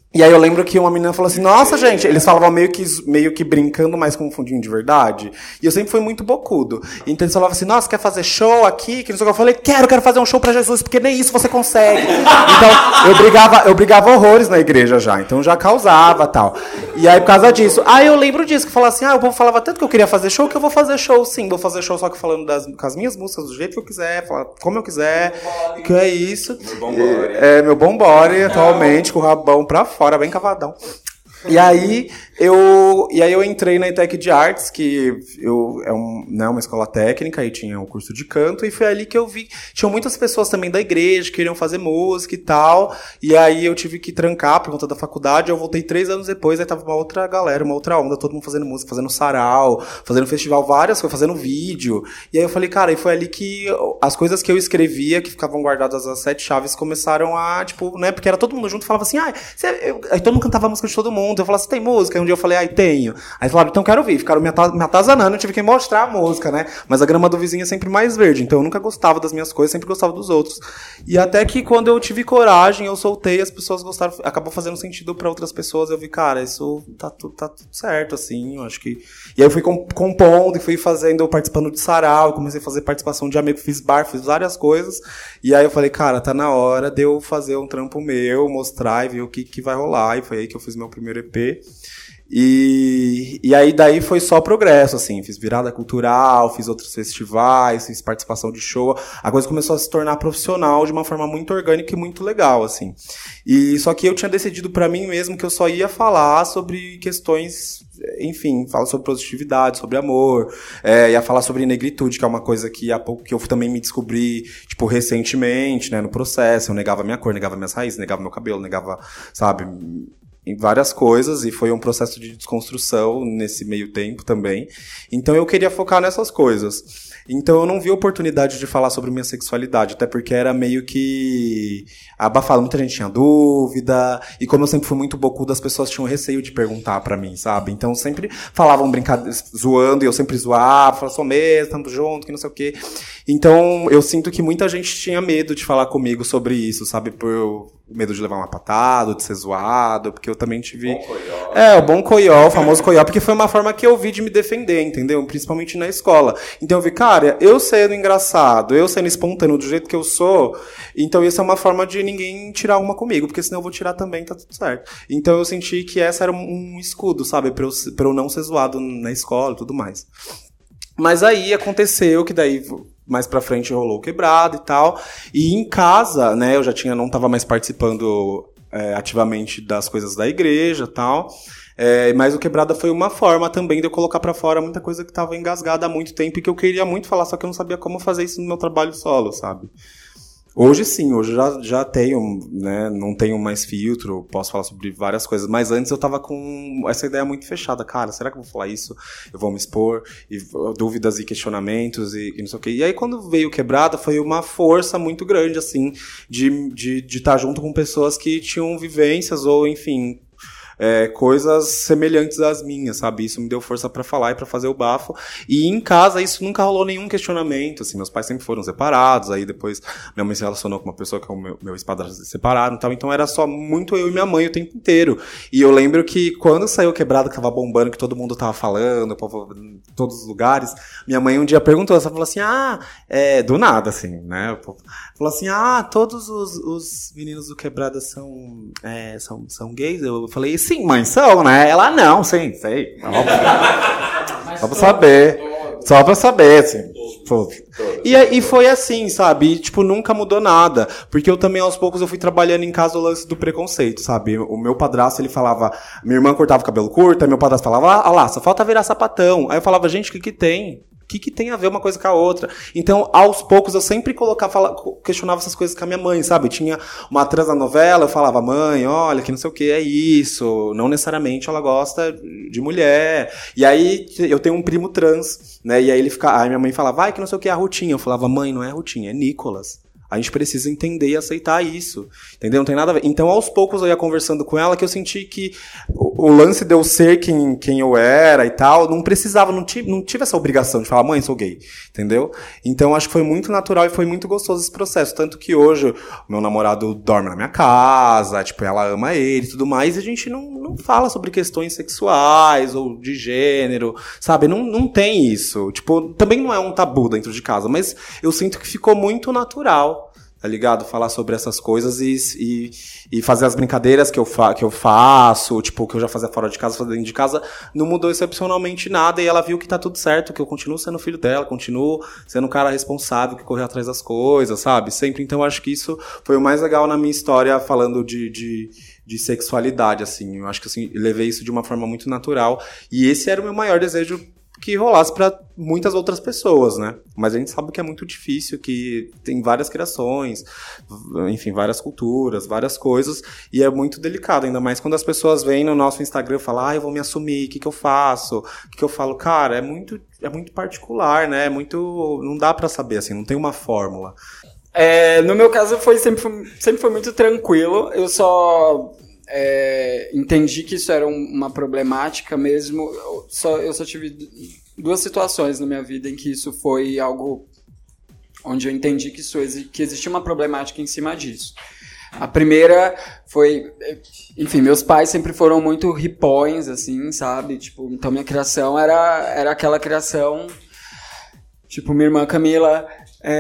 E aí eu lembro que uma menina falou assim, nossa, gente, eles falavam meio que, meio que brincando, mas confundindo de verdade. E eu sempre fui muito bocudo. Então eles falavam assim, nossa, quer fazer show aqui? Que não sei o que. Eu falei, quero, quero fazer um show pra Jesus, porque nem isso você consegue. Então eu brigava, eu brigava horrores na igreja já, então já causava e tal. E aí por causa disso, aí eu lembro disso, que falava assim, ah, o povo falava tanto que eu queria fazer show, que eu vou fazer show sim, vou fazer show só que falando das, com as minhas músicas do jeito que eu quiser, falar como eu quiser, que é isso. Meu bom body. É, é, meu bom body, atualmente, com o rabão pra fora, bem cavadão. E aí eu, e aí eu entrei na ETEC de Artes, que eu, é um, né, uma escola técnica, e tinha um curso de canto, e foi ali que eu vi, tinham muitas pessoas também da igreja que queriam fazer música e tal, e aí eu tive que trancar por conta da faculdade, eu voltei três anos depois, aí tava uma outra galera, uma outra onda, todo mundo fazendo música, fazendo sarau, fazendo festival, várias coisas, fazendo vídeo, e aí eu falei, cara, e foi ali que as coisas que eu escrevia, que ficavam guardadas as sete chaves, começaram a, tipo, né, porque era todo mundo junto, falava assim, ah, eu, aí todo mundo cantava a música de todo mundo, eu falava assim, tem música? Aí um dia eu falei, ai, tenho. Aí falaram, então quero ouvir. Ficaram me atazanando, eu tive que mostrar a música, né? Mas a grama do vizinho é sempre mais verde, então eu nunca gostava das minhas coisas, sempre gostava dos outros. E até que quando eu tive coragem, eu soltei, as pessoas gostaram, acabou fazendo sentido pra outras pessoas, eu vi, cara, isso tá, tu, tá tudo certo, assim, eu acho que... E aí eu fui compondo e fui fazendo, participando de sarau, comecei a fazer participação de amigo, fiz bar, fiz várias coisas, e aí eu falei, cara, tá na hora de eu fazer um trampo meu, mostrar e ver o que, que vai rolar, e foi aí que eu fiz meu primeiro E P. E, e aí daí foi só progresso, assim, fiz virada cultural, fiz outros festivais, fiz participação de show, a coisa começou a se tornar profissional de uma forma muito orgânica e muito legal, assim. E só que eu tinha decidido pra mim mesmo que eu só ia falar sobre questões, enfim, falo sobre positividade, sobre amor, é, ia falar sobre negritude, que é uma coisa que há pouco que eu também me descobri, tipo, recentemente, né, no processo, eu negava minha cor, negava minhas raízes, negava meu cabelo, negava, sabe... em várias coisas, e foi um processo de desconstrução nesse meio tempo também. Então eu queria focar nessas coisas. Então eu não vi oportunidade de falar sobre minha sexualidade, até porque era meio que abafado, muita gente tinha dúvida, e como eu sempre fui muito bocudo, as pessoas tinham receio de perguntar pra mim, sabe? Então sempre falavam brincando, zoando, e eu sempre zoava, falava, sou mesmo, tamo junto, que não sei o quê. Então eu sinto que muita gente tinha medo de falar comigo sobre isso, sabe? Por eu... medo de levar uma patada, de ser zoado, porque eu também tive... Bom coió. É, o bom coió, o famoso coió, porque foi uma forma que eu vi de me defender, entendeu? Principalmente na escola. Então eu vi, cara, eu sendo engraçado, eu sendo espontâneo do jeito que eu sou, então isso é uma forma de ninguém tirar uma comigo, porque senão eu vou tirar também, tá tudo certo. Então eu senti que essa era um, um escudo, sabe? Pra eu, pra eu não ser zoado na escola e tudo mais. Mas aí aconteceu que daí... mais pra frente rolou quebrado e tal. E em casa, né, eu já tinha, não tava mais participando é, ativamente das coisas da igreja e tal. É, mas o Quebrada foi uma forma também de eu colocar pra fora muita coisa que tava engasgada há muito tempo e que eu queria muito falar, só que eu não sabia como fazer isso no meu trabalho solo, sabe? Hoje sim, hoje já, já tenho, né, não tenho mais filtro, posso falar sobre várias coisas, mas antes eu tava com essa ideia muito fechada, cara, será que eu vou falar isso? Eu vou me expor, e dúvidas e questionamentos e, e não sei o quê. E aí quando veio Quebrada foi uma força muito grande, assim, de de de estar junto com pessoas que tinham vivências ou, enfim... É, coisas semelhantes às minhas, sabe? Isso me deu força pra falar e pra fazer o bafo. E em casa isso nunca rolou nenhum questionamento, assim, meus pais sempre foram separados, aí depois minha mãe se relacionou com uma pessoa que é o meu, meu ex-padrasto, se separaram e tal, então era só muito eu e minha mãe o tempo inteiro. E eu lembro que quando saiu Quebrada, que tava bombando, que todo mundo tava falando, povo, em todos os lugares, minha mãe um dia perguntou, ela falou assim, ah, é, do nada, assim, né? Falou assim, ah, todos os, os meninos do Quebrada são, é, são, são gays? Eu falei, sim, mãe, são, né? Ela, não, sim, sei. Só pra saber. Só pra saber, assim. Pô. E, e foi assim, sabe? E, tipo, nunca mudou nada. Porque eu também, aos poucos, eu fui trabalhando em casa o lance do preconceito, sabe? O meu padrasto, ele falava... Minha irmã cortava o cabelo curto, aí meu padrasto falava, ah lá, só falta virar sapatão. Aí eu falava, gente, o que que tem? O que que tem a ver uma coisa com a outra? Então, aos poucos, eu sempre colocava, fala, questionava essas coisas com a minha mãe, sabe? Tinha uma trans na novela, eu falava, mãe, olha, que não sei o que é isso. Não necessariamente ela gosta de mulher. E aí, eu tenho um primo trans, né? E aí ele fica, aí minha mãe falava, vai, que não sei o que é a Rutinha. Eu falava, mãe, não é a Rutinha, é Nicolas. A gente precisa entender e aceitar isso, entendeu? Não tem nada a ver. Então, aos poucos, eu ia conversando com ela que eu senti que o, o lance de eu ser quem, quem eu era e tal, não precisava, não tive, não tive essa obrigação de falar, mãe, sou gay, entendeu? Então, acho que foi muito natural e foi muito gostoso esse processo. Tanto que hoje, meu namorado dorme na minha casa, tipo, ela ama ele e tudo mais, e a gente não, não fala sobre questões sexuais ou de gênero, sabe? Não, não tem isso. Tipo, também não é um tabu dentro de casa, mas eu sinto que ficou muito natural. Tá ligado? Falar sobre essas coisas e, e, e fazer as brincadeiras que eu, fa- que eu faço, tipo, que eu já fazia fora de casa, fazer dentro de casa, não mudou excepcionalmente nada e ela viu que tá tudo certo, que eu continuo sendo filho dela, continuo sendo um cara responsável que corre atrás das coisas, sabe? Sempre. Então, acho que isso foi o mais legal na minha história falando de, de, de sexualidade, assim. Eu acho que, assim, levei isso de uma forma muito natural e esse era o meu maior desejo que rolasse para muitas outras pessoas, né? Mas a gente sabe que é muito difícil, que tem várias criações, enfim, várias culturas, várias coisas, e é muito delicado, ainda mais quando as pessoas vêm no nosso Instagram e falam, ah, eu vou me assumir, o que que eu faço? O que que eu falo? Cara, é muito, é muito particular, né? É muito, não dá para saber, assim, não tem uma fórmula. É, no meu caso, foi sempre, sempre foi muito tranquilo, eu só... É, entendi que isso era um, uma problemática mesmo. Eu só, eu só tive duas situações na minha vida em que isso foi algo onde eu entendi que, isso, que existia uma problemática em cima disso. A primeira foi, enfim, meus pais sempre foram muito ripões, assim, sabe? Tipo, então minha criação era, era aquela criação, tipo, minha irmã Camila,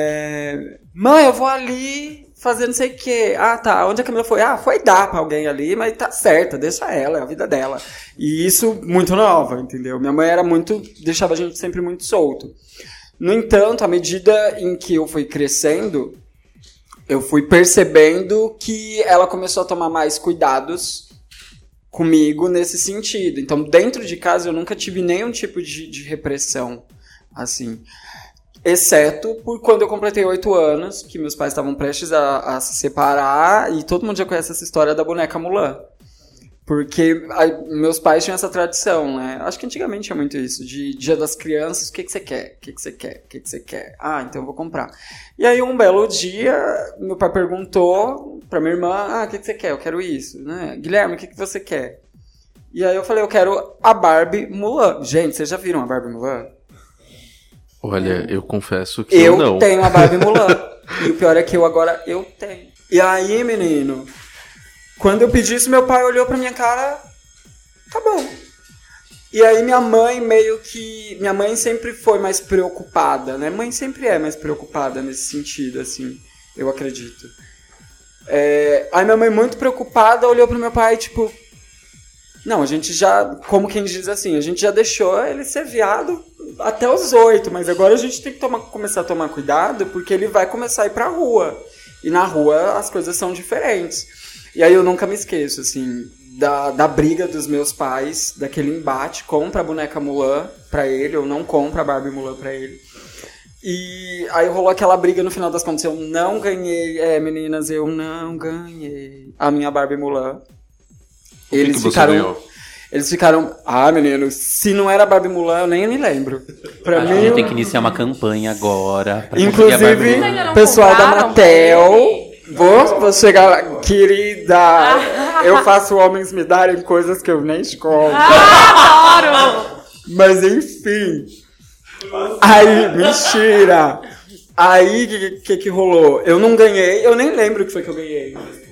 é, mãe, eu vou ali fazer não sei o quê. Ah, tá. Onde a Camila foi? Ah, foi dar pra alguém ali, mas tá certo, deixa ela, é a vida dela. E isso muito nova, entendeu? Minha mãe era muito... deixava a gente sempre muito solto. No entanto, à medida em que eu fui crescendo, eu fui percebendo que ela começou a tomar mais cuidados comigo nesse sentido. Então, dentro de casa, eu nunca tive nenhum tipo de, de repressão, assim... Exceto por quando eu completei oito anos, que meus pais estavam prestes a, a se separar, e todo mundo já conhece essa história da boneca Mulan. Porque a, meus pais tinham essa tradição, né? Acho que antigamente tinha muito isso, de Dia das Crianças, o que, que você quer? O que, que você quer? O que, que você quer? Ah, então eu vou comprar. E aí um belo dia, meu pai perguntou pra minha irmã, ah, o que, que você quer? Eu quero isso, né? Guilherme, o que, que você quer? E aí eu falei, eu quero a Barbie Mulan. Gente, vocês já viram a Barbie Mulan? Olha, eu confesso que eu, eu não. Eu tenho a Barbie Mulan. E o pior é que eu agora, eu tenho. E aí, menino, quando eu pedi isso, meu pai olhou pra minha cara, tá bom. E aí minha mãe meio que... Minha mãe sempre foi mais preocupada, né? Mãe sempre é mais preocupada nesse sentido, assim, eu acredito. É, aí minha mãe, muito preocupada, olhou pro meu pai, tipo... Não, a gente já, como quem diz assim, a gente já deixou ele ser viado até os oito, mas agora a gente tem que tomar, começar a tomar cuidado, porque ele vai começar a ir pra rua. E na rua as coisas são diferentes. E aí eu nunca me esqueço, assim, da, da briga dos meus pais, daquele embate, compra a boneca Mulan pra ele, ou não compra a Barbie Mulan pra ele. E aí rolou aquela briga, no final das contas, eu não ganhei, é, meninas, eu não ganhei a minha Barbie Mulan. Eles que que ficaram. Você ganhou? Eles ficaram. Ah, menino, se não era Barbie Mulan, eu nem me lembro. Pra a mim. A gente tem que iniciar uma campanha agora. Pra inclusive, pessoal da Mattel. Vou, vou chegar lá, querida. Eu faço homens me darem coisas que eu nem escolho. Ah, adoro! Mas enfim. Aí, mentira. Aí, o que, que que rolou? Eu não ganhei, eu nem lembro o que foi que eu ganhei.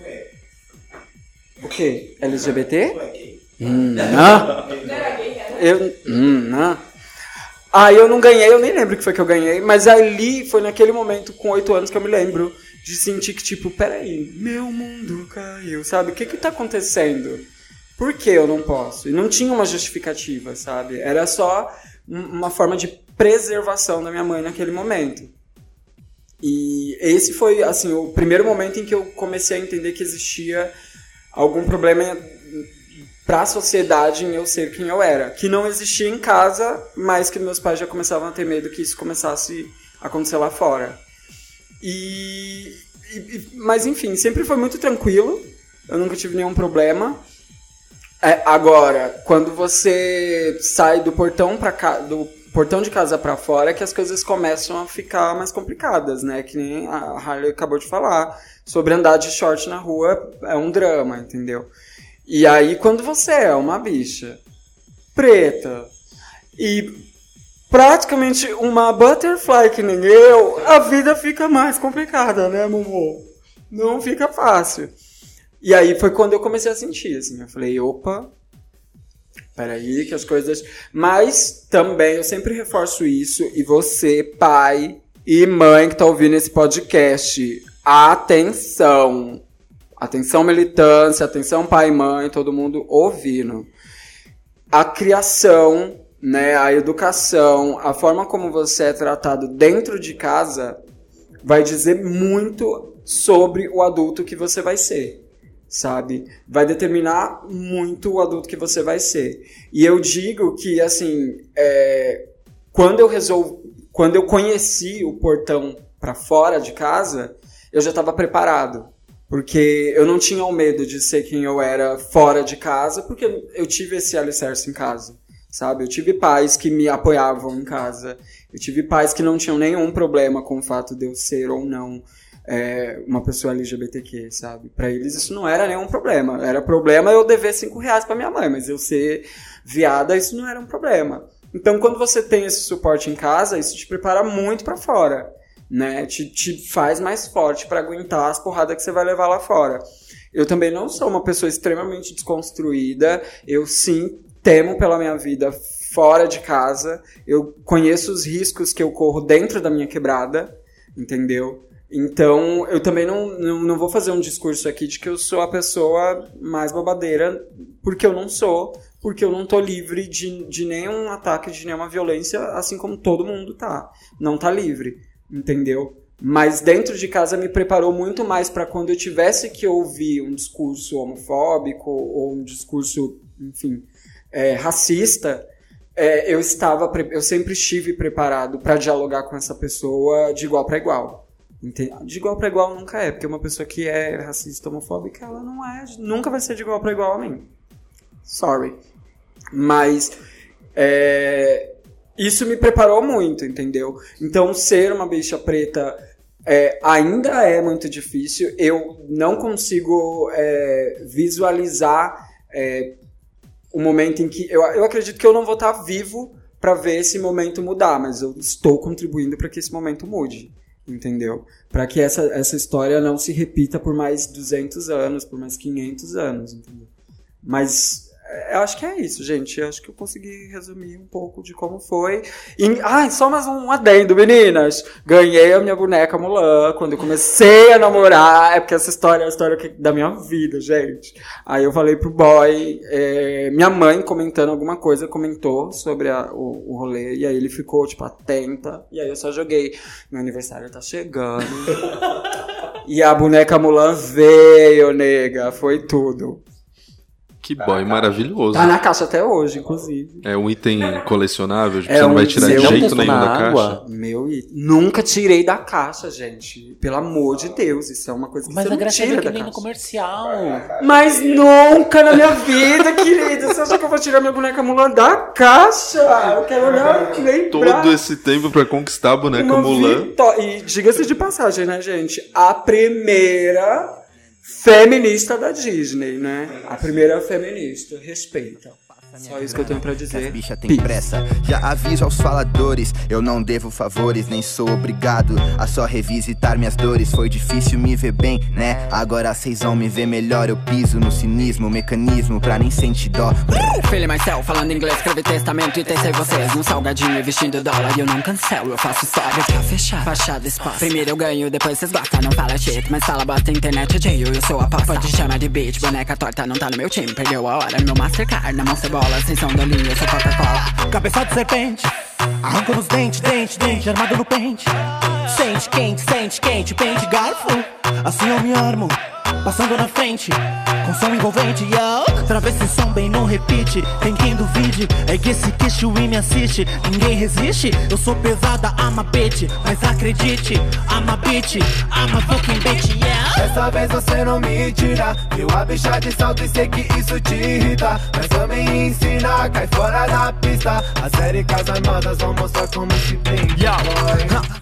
O quê? L G B T? Hum, não. Eu, hum, não. Aí eu não ganhei, eu nem lembro o que foi que eu ganhei, mas ali foi naquele momento, com oito anos, que eu me lembro de sentir que, tipo, peraí, meu mundo caiu, sabe? O que que tá acontecendo? Por que eu não posso? E não tinha uma justificativa, sabe? Era só uma forma de preservação da minha mãe naquele momento. E esse foi, assim, o primeiro momento em que eu comecei a entender que existia algum problema para a sociedade em eu ser quem eu era. Que não existia em casa, mas que meus pais já começavam a ter medo que isso começasse a acontecer lá fora. E, e, mas, enfim, sempre foi muito tranquilo. Eu nunca tive nenhum problema. É, agora, quando você sai do portão para ca- do portão de casa pra fora é que as coisas começam a ficar mais complicadas, né? Que nem a Harley acabou de falar. Sobre andar de short na rua é um drama, entendeu? E aí, quando você é uma bicha preta e praticamente uma butterfly que nem eu, a vida fica mais complicada, né, Mumu? Não fica fácil. E aí foi quando eu comecei a sentir, assim, eu falei, opa, peraí, que as coisas... Mas também eu sempre reforço isso, e você, pai e mãe que tá ouvindo esse podcast, atenção! Atenção militância, atenção pai e mãe, todo mundo ouvindo. A criação, né, a educação, a forma como você é tratado dentro de casa vai dizer muito sobre o adulto que você vai ser, sabe? Vai determinar muito o adulto que você vai ser. E eu digo que, assim, é, quando eu resolvo, quando eu conheci o portão para fora de casa, eu já estava preparado. Porque eu não tinha o medo de ser quem eu era fora de casa, porque eu tive esse alicerce em casa, sabe? Eu tive pais que me apoiavam em casa. Eu tive pais que não tinham nenhum problema com o fato de eu ser ou não é, uma pessoa L G B T Q, sabe? Pra eles isso não era nenhum problema. Era problema eu dever cinco reais pra minha mãe, mas eu ser viada, isso não era um problema. Então, quando você tem esse suporte em casa, isso te prepara muito pra fora. Né, te, te faz mais forte para aguentar as porradas que você vai levar lá fora. Eu também não sou uma pessoa extremamente desconstruída, eu sim temo pela minha vida fora de casa, eu conheço os riscos que eu corro dentro da minha quebrada, entendeu? Então, eu também não, não, não vou fazer um discurso aqui de que eu sou a pessoa mais babadeira, porque eu não sou, porque eu não tô livre de, de nenhum ataque, de nenhuma violência, assim como todo mundo tá. Não tá livre. Entendeu? Mas dentro de casa me preparou muito mais para quando eu tivesse que ouvir um discurso homofóbico ou um discurso, enfim, é, racista, é, eu estava, eu sempre estive preparado para dialogar com essa pessoa de igual para igual. Entendeu? De igual para igual nunca é, porque uma pessoa que é racista, homofóbica, ela não é, nunca vai ser de igual para igual a mim. Sorry. Mas é, isso me preparou muito, entendeu? Então, ser uma bicha preta é, ainda é muito difícil. Eu não consigo é, visualizar é, o momento em que... Eu, eu acredito que eu não vou estar vivo para ver esse momento mudar, mas eu estou contribuindo para que esse momento mude, entendeu? Para que essa, essa história não se repita por mais duzentos anos, por mais quinhentos anos, entendeu? Mas... eu acho que é isso, gente. Eu acho que eu consegui resumir um pouco de como foi. E, ai, só mais um adendo, meninas. Ganhei a minha boneca Mulan quando eu comecei a namorar. É porque essa história é a história que, da minha vida, gente. Aí eu falei pro boy, é, minha mãe comentando alguma coisa, comentou sobre a, o, o rolê. E aí ele ficou, tipo, atenta. E aí eu só joguei. Meu aniversário tá chegando. E a boneca Mulan veio, nega. Foi tudo. Que boy maravilhoso. Tá na caixa até hoje, inclusive. É um item colecionável, é você um não vai tirar de jeito nenhum da água. caixa? Meu item. Nunca tirei da caixa, gente. Pelo amor de Deus, isso é uma coisa que Mas você não tira tira que da nem caixa. no comercial. Mas nunca na minha vida, querida. Você acha que eu vou tirar minha boneca Mulan da caixa? Eu quero olhar, lembrar. Todo esse tempo pra conquistar a boneca Uma Mulan. vitó- E diga-se de passagem, né, gente? A primeira... feminista da Disney, né? A primeira feminista. Respeita. Só isso que eu tenho pra dizer. Bicha tem pressa, já aviso aos faladores. Eu não devo favores, nem sou obrigado a só revisitar minhas dores. Foi difícil me ver bem, né? Agora vocês vão me ver melhor. Eu piso no cinismo, mecanismo pra nem sentir dó. Feeling myself, falando inglês, escrevi testamento e testei vocês num salgadinho e vestindo dólar. E eu não cancelo, eu faço história pra fechar, fachada espaço. Primeiro eu ganho, depois vocês gostam. Não fala shit, mas fala bosta, internet é jail. Eu sou a pasta, pode chamar de bitch. Boneca torta não tá no meu time, perdeu a hora. Meu Mastercard, na mão cebola. Vocês são da linha, eu sou Coca-Cola. Cabeça de serpente, arranco nos dentes, dente, dente, armado no pente. Sente quente, sente quente, pente, garfo. Assim eu me armo, passando na frente, com som envolvente, yo. Travessa esse som bem, não repite. Tem quem duvide, é que esse queixo e me assiste. Ninguém resiste, eu sou pesada, I'm a bitch. Mas acredite, I'm a bitch, I'm a fucking bitch, yeah. Dessa vez você não me tira. Viu a bicha de salto e sei que isso te irrita. Mas também ensina, cai fora da pista. A série Casa Armadas vão mostrar como se bem, boy.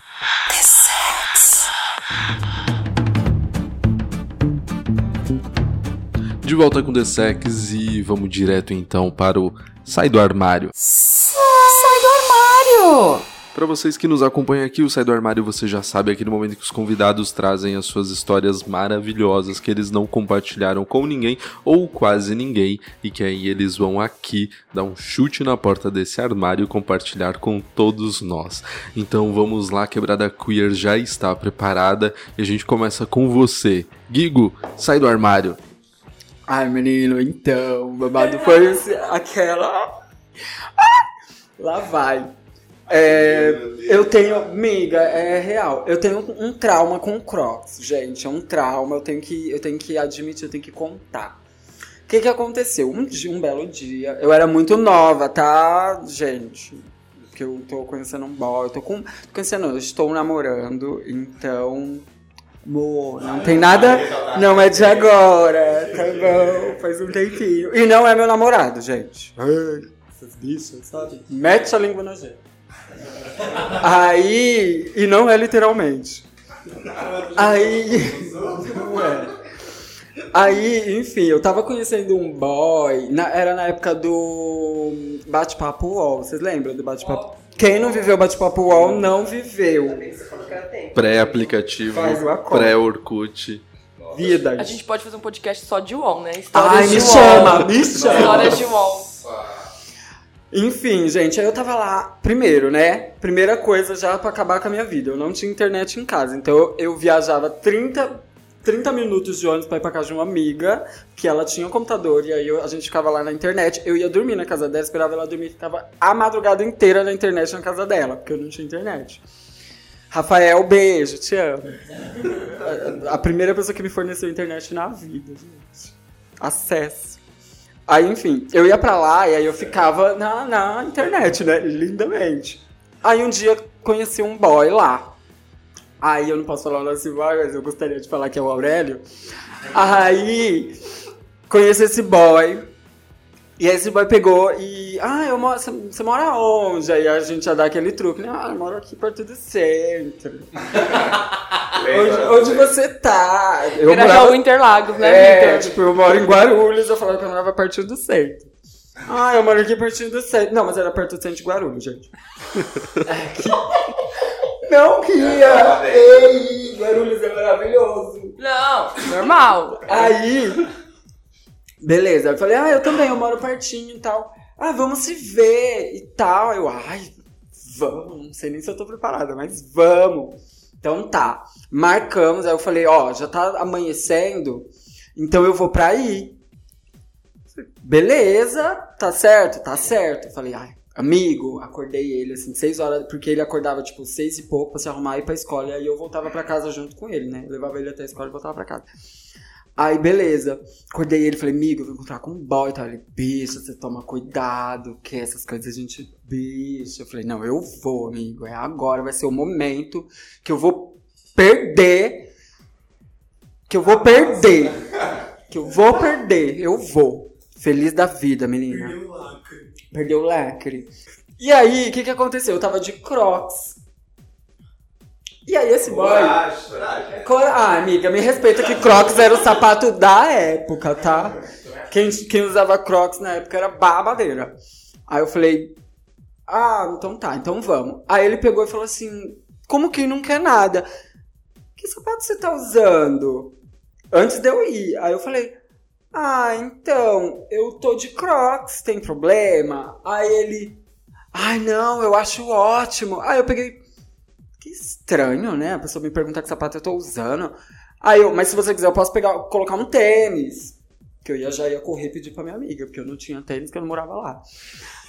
De volta com The Sex e vamos direto então para o Sai do Armário. Sai do Armário! Para vocês que nos acompanham aqui, o Sai do Armário, você já sabe, aquele momento que os convidados trazem as suas histórias maravilhosas que eles não compartilharam com ninguém ou quase ninguém e que aí eles vão aqui dar um chute na porta desse armário e compartilhar com todos nós. Então vamos lá, Quebrada Queer já está preparada e a gente começa com você. Guigo, sai do armário. Ai, menino, então, o babado foi esse, aquela... Ah, lá vai. É, eu tenho, amiga, é real, eu tenho um trauma com Crocs, gente, é um trauma, eu tenho que, eu tenho que admitir, eu tenho que contar. O que que aconteceu? Um dia, um belo dia, eu era muito nova, tá, gente? Porque eu tô conhecendo um boy, eu tô com, tô conhecendo, eu estou namorando, então... Amor, não tem nada, não é de agora, tá bom, faz um tempinho. E não é meu namorado, gente. Ai, essas bichas, sabe? Mete a língua na gente. Aí, e não é literalmente. Aí, não é. Aí, enfim, eu tava conhecendo um boy, na, era na época do Bate-Papo U O L, vocês lembram do Bate-Papo? Quem não viveu Bate-Papo U O L não viveu. Pré-aplicativo, pré-Orkut. Vida. A gente pode fazer um podcast só de U O L, né? Histórias Ai, de me U O L. chama, me chama. Histórias de U O L. Enfim, gente, aí eu tava lá, primeiro, né? Primeira coisa já pra acabar com a minha vida. Eu não tinha internet em casa, então eu, eu viajava trinta, trinta minutos de ônibus pra ir pra casa de uma amiga, que ela tinha um computador, e aí eu, a gente ficava lá na internet. Eu ia dormir na casa dela, esperava ela dormir, ficava a madrugada inteira na internet na casa dela, porque eu não tinha internet. Rafael, beijo, te amo. A, a primeira pessoa que me forneceu internet na vida, gente. Acesso. Aí, enfim, eu ia pra lá e aí eu ficava na, na internet, né? Lindamente. Aí um dia conheci um boy lá. Aí eu não posso falar o nome desse boy, mas eu gostaria de falar que é o Aurélio. Aí conheci esse boy. E aí esse boy pegou e... Ah, eu moro, você mora onde? Aí a gente já dá aquele truque, né? Ah, eu moro aqui perto do centro. onde, onde você tá? Eu Era morava... o Interlagos, né, É, Victor? tipo, eu moro em Guarulhos, eu falava que eu morava pertinho do centro. Ah, eu moro aqui pertinho do centro. Não, mas era perto do centro de Guarulhos, gente. É que... Não que ia. Ei, Guarulhos é maravilhoso. Não, normal. Aí... Beleza, eu falei, ah, eu também, eu moro pertinho e tal. Ah, vamos se ver e tal. Eu, ai, vamos, não sei nem se eu tô preparada, mas vamos. Então tá, marcamos, aí eu falei, ó, já tá amanhecendo, então eu vou pra aí. Beleza, tá certo, tá certo. Eu falei, ai, amigo, acordei ele assim, seis horas, porque ele acordava tipo seis e pouco pra se arrumar e ir pra escola, e aí eu voltava pra casa junto com ele, né? Eu levava ele até a escola e voltava pra casa. Aí, beleza. Acordei ele, falei, amigo, eu vou encontrar com um boy e tal. Ele, bicho, você toma cuidado, que essas coisas a gente... Bicho. Eu falei, não, eu vou, amigo. É agora, vai ser o momento que eu vou perder. Que eu vou perder. Que eu vou perder. Eu vou. Feliz da vida, menina. Perdeu o lacre. Perdeu o lacre. E aí, o que que aconteceu? Eu tava de Crocs. E aí esse boy... Ah, amiga, me respeita que Crocs era o sapato da época, tá? Quem, quem usava Crocs na época era babadeira. Aí eu falei... Ah, então tá, então vamos. Aí ele pegou e falou assim... Como quem não quer nada? Que sapato você tá usando? Antes de eu ir. Aí eu falei... Ah, então, eu tô de Crocs, tem problema? Aí ele... Ai, não, eu acho ótimo. Aí eu peguei... Que estranho, né? A pessoa me perguntar que sapato eu tô usando. Aí eu, mas se você quiser, eu posso pegar, colocar um tênis. Que eu ia, já ia correr e pedir pra minha amiga, porque eu não tinha tênis, porque eu não morava lá.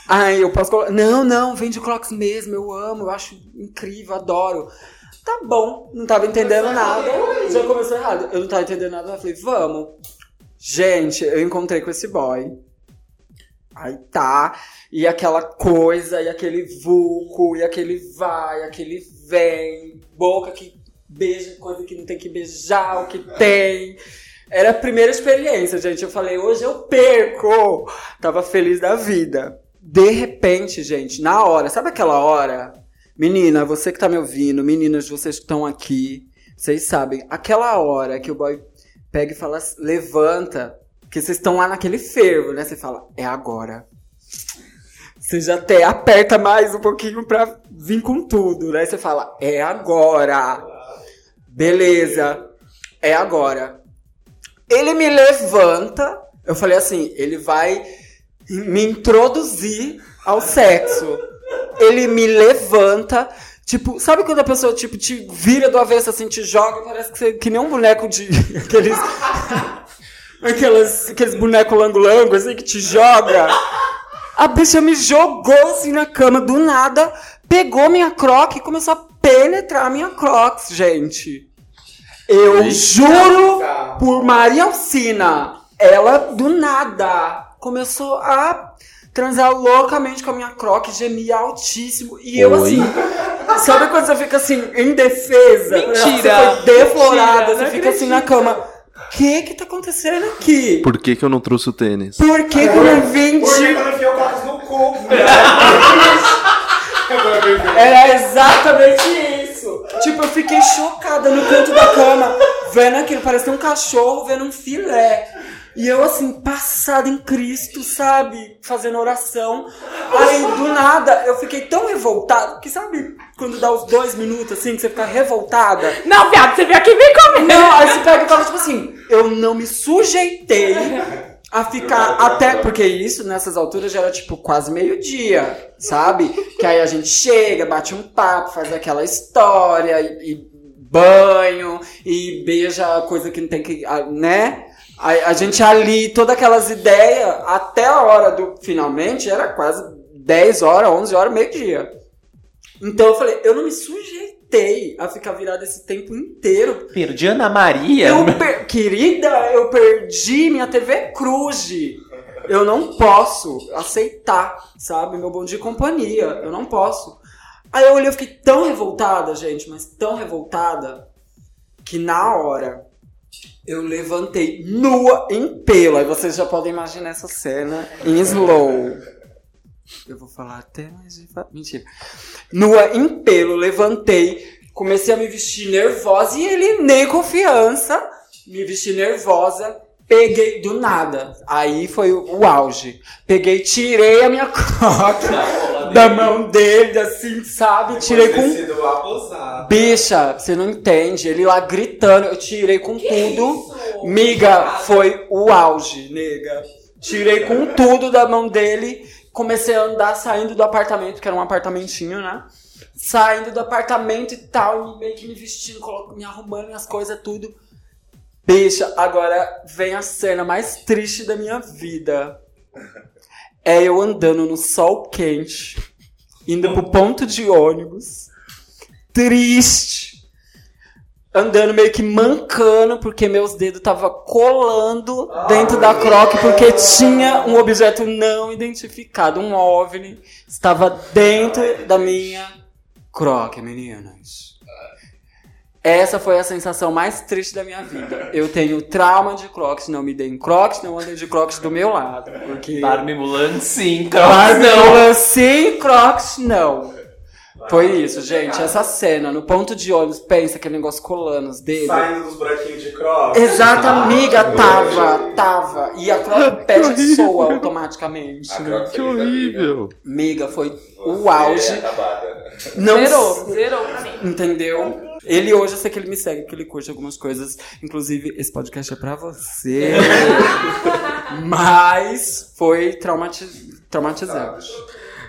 Ai, eu posso colocar... Não, não, vem de Crocs mesmo, eu amo, eu acho incrível, adoro. Tá bom, não tava entendendo nada. Já começou errado. Eu não tava entendendo nada, eu falei, vamos. Gente, eu encontrei com esse boy. Aí tá, e aquela coisa, e aquele vulco, e aquele vai, aquele vem, boca que beija, coisa que não tem que beijar, o que tem. Era a primeira experiência, gente. Eu falei, hoje eu perco. Tava feliz da vida. De repente, gente, na hora, sabe aquela hora? Menina, você que tá me ouvindo, meninas, vocês que estão aqui, vocês sabem, aquela hora que o boy pega e fala, levanta, que vocês estão lá naquele fervo, né? Você fala, é agora. Você já até aperta mais um pouquinho pra vir com tudo, né? Você fala, é agora. Beleza, é agora. Ele me levanta, eu falei assim, ele vai me introduzir ao sexo. Ele me levanta, tipo, sabe quando a pessoa tipo, te vira do avesso assim, te joga, parece que, você, que nem um boneco de... aqueles... aqueles, aqueles bonecos lango-lango, assim, que te joga. A bicha me jogou assim na cama, do nada, pegou minha croc e começou a penetrar minha crocs, gente. Eu Eita. juro por Maria Alcina, ela do nada começou a transar loucamente com a minha croc, gemia altíssimo. E eu Oi? assim, sabe quando você fica assim, indefesa? Mentira! Você foi deflorada, Mentira, você fica assim na cama. O que que tá acontecendo aqui? Por que que eu não trouxe o tênis? Por que que eu não vim de... Por que eu não enfiei o Crocs no cu? Era exatamente isso. Tipo, eu fiquei chocada no canto da cama, vendo aquilo, parecia um cachorro vendo um filé. E eu, assim, passada em Cristo, sabe? Fazendo oração. Aí, do nada, eu fiquei tão revoltada, que sabe quando dá os dois minutos, assim, que você fica revoltada? Não, viado, você veio aqui e vem comigo. Não, aí você pega e fala, tipo assim, eu não me sujeitei a ficar até... Porque isso, nessas alturas, já era, tipo, quase meio-dia, sabe? Que aí a gente chega, bate um papo, faz aquela história, e, e banho, e beija coisa que não tem que... né? A, a gente ali, todas aquelas ideias, até a hora do finalmente, era quase dez horas, onze horas, meio-dia. Então eu falei, eu não me sujeitei a ficar virada esse tempo inteiro. Perdi Ana Maria? Eu per... Querida, eu perdi minha T V Cruz. Eu não posso aceitar, sabe? Meu bom de companhia, eu não posso. Aí eu olhei, eu fiquei tão revoltada, gente, mas tão revoltada, que na hora... eu levantei nua em pelo. Aí vocês já podem imaginar essa cena em slow. Eu vou falar até mais de... Mentira. Nua em pelo, levantei. Comecei a me vestir nervosa. E ele, nem confiança, me vesti nervosa. Peguei do nada. Aí foi o, o auge. Peguei, tirei a minha croc da mão dele, assim, sabe? Tirei com... Bicha, você não entende. Ele lá gritando, eu tirei com que tudo. Isso? Miga, foi o auge, nega. Tirei com tudo da mão dele. Comecei a andar saindo do apartamento, que era um apartamentinho, né? Saindo do apartamento e tal, meio que me vestindo, me arrumando minhas coisas, tudo. Bicha, agora vem a cena mais triste da minha vida. É eu andando no sol quente, indo pro ponto de ônibus, triste, andando meio que mancando, porque meus dedos estavam colando dentro da croc, porque tinha um objeto não identificado, um OVNI, estava dentro da minha croc, meninas. Essa foi a sensação mais triste da minha vida. Eu tenho trauma de crocs, não me deem crocs, não andem de crocs do meu lado. Porque... Barbie Mulan, sim, crocs Barbie não. Mulan, sim, crocs não. Foi isso, gente. Essa cena, no ponto de ônibus, pensa aquele negócio colando os dedos. Saindo dos buraquinhos de crocs. Exato, amiga, tava, tava. E a croc pede e soa automaticamente. Né? Que horrível. Amiga, foi o auge. Não zerou, zerou pra mim. Entendeu? Ele hoje, eu sei que ele me segue, que ele curte algumas coisas. Inclusive, esse podcast é pra você. Mas foi traumati- traumatizante.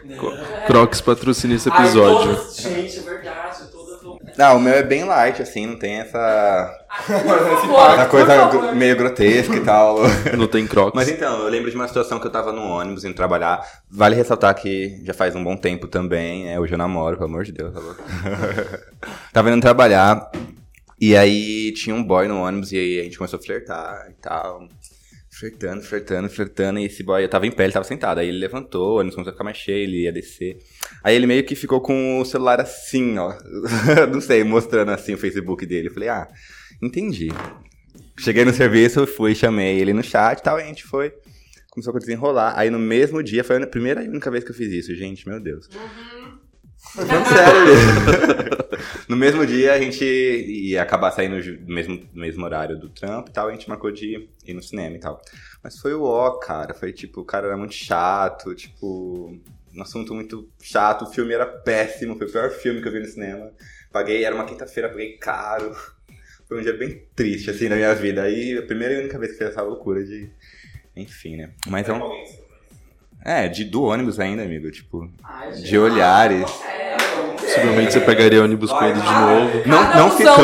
Crocs patrocina esse episódio. Ai, todas, gente, é verdade. Todas vão... Não, o meu é bem light, assim, não tem essa... favor, essa coisa gr- meio grotesca e tal. Não tem Crocs. Mas então, eu lembro de uma situação que eu tava no ônibus indo trabalhar. Vale ressaltar que já faz um bom tempo também, né? Hoje eu namoro, pelo amor de Deus, tá louco? Tava indo trabalhar, e aí tinha um boy no ônibus, e aí a gente começou a flertar e tal. Flertando, flertando, flertando, e esse boy, eu tava em pé, ele tava sentado. Aí ele levantou, o ônibus começou a ficar mais cheio, ele ia descer. Aí ele meio que ficou com o celular assim, ó. Não sei, mostrando assim o Facebook dele. Eu falei, ah, entendi. Cheguei no serviço, fui, chamei ele no chat e tal, e a gente foi. Começou a desenrolar. Aí no mesmo dia, foi a primeira e única vez que eu fiz isso, gente, meu Deus. Uhum. Falando sério. No mesmo dia, a gente ia acabar saindo no mesmo, no mesmo horário do trampo e tal, a gente marcou de ir no cinema e tal. Mas foi o ó, cara, foi tipo, o cara era muito chato, tipo, um assunto muito chato, o filme era péssimo, foi o pior filme que eu vi no cinema. Paguei, era uma quinta-feira, paguei caro. Foi um dia bem triste, assim, na minha vida. Aí, a primeira e única vez que fiz essa loucura de... Enfim, né? Mas é um... É, de, do ônibus ainda, amigo, tipo, Ai, de olhares. Possivelmente você pegaria ônibus com ele de novo. Não, não ficamos.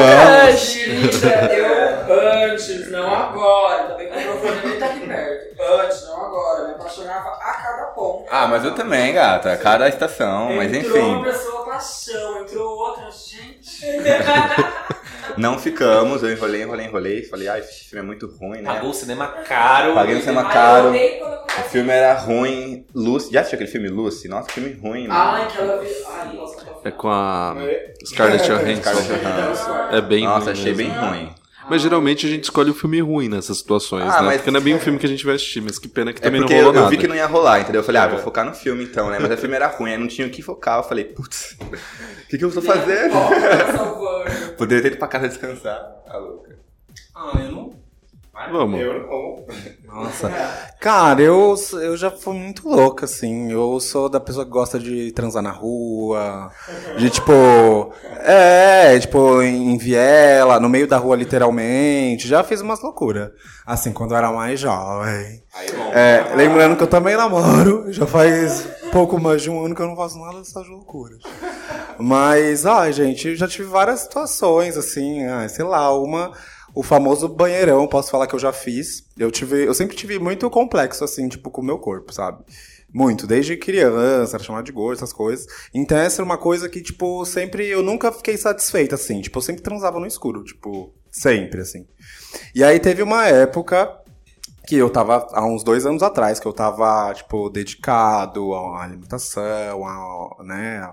Eu antes, não agora. Também que o microfone nem tá aqui perto. Antes, não agora. Me apaixonava a cada ponto. Ah, mas eu também, gata. Cada estação, mas enfim. Entrou uma pessoa paixão, entrou outra, gente. Não ficamos, eu enrolei, enrolei, enrolei. Falei, ah, esse filme é muito ruim, né? Pagou o cinema caro. Paguei o cinema caro. O filme era ruim. Lucy, já assistiu aquele filme Lucy? Nossa, que filme ruim, mano. Ai, que ela viu. Ai, nossa, é com a Scarlett Johansson. Scarlett Johansson. É bem Nossa, ruim. achei mesmo. bem ruim. Mas geralmente a gente escolhe o filme ruim nessas situações, Ah, né? mas- Porque não é bem um filme que a gente vai assistir, mas que pena que É também porque não rolou eu, eu nada. vi que não ia rolar, entendeu? Eu falei, ah, vou focar no filme então, né? Mas o filme era ruim, aí não tinha o que focar. Eu falei, putz, o que, que eu vou fazer? Poderia ter ido pra casa descansar. Tá louca. Ah, eu não... Vamos. Eu não. Nossa. Cara, eu, eu já fui muito louca, assim. Eu sou da pessoa que gosta de transar na rua. De, tipo... É, tipo, em viela, no meio da rua, literalmente. Já fiz umas loucuras. Assim, quando eu era mais jovem. É, lembrando que eu também namoro. Já faz pouco mais de um ano que eu não faço nada dessas loucuras. Mas, ai, gente, eu já tive várias situações, assim. Ai, sei lá, uma... O famoso banheirão, posso falar que eu já fiz. Eu tive, eu sempre tive muito complexo, assim, tipo, com o meu corpo, sabe? Muito, desde criança, era chamado de gordo, essas coisas. Então essa era uma coisa que, tipo, sempre... Eu nunca fiquei satisfeita, assim. Tipo, eu sempre transava no escuro, tipo, sempre, assim. E aí teve uma época que eu tava, há uns dois anos atrás, que eu tava, tipo, dedicado à alimentação, a, né...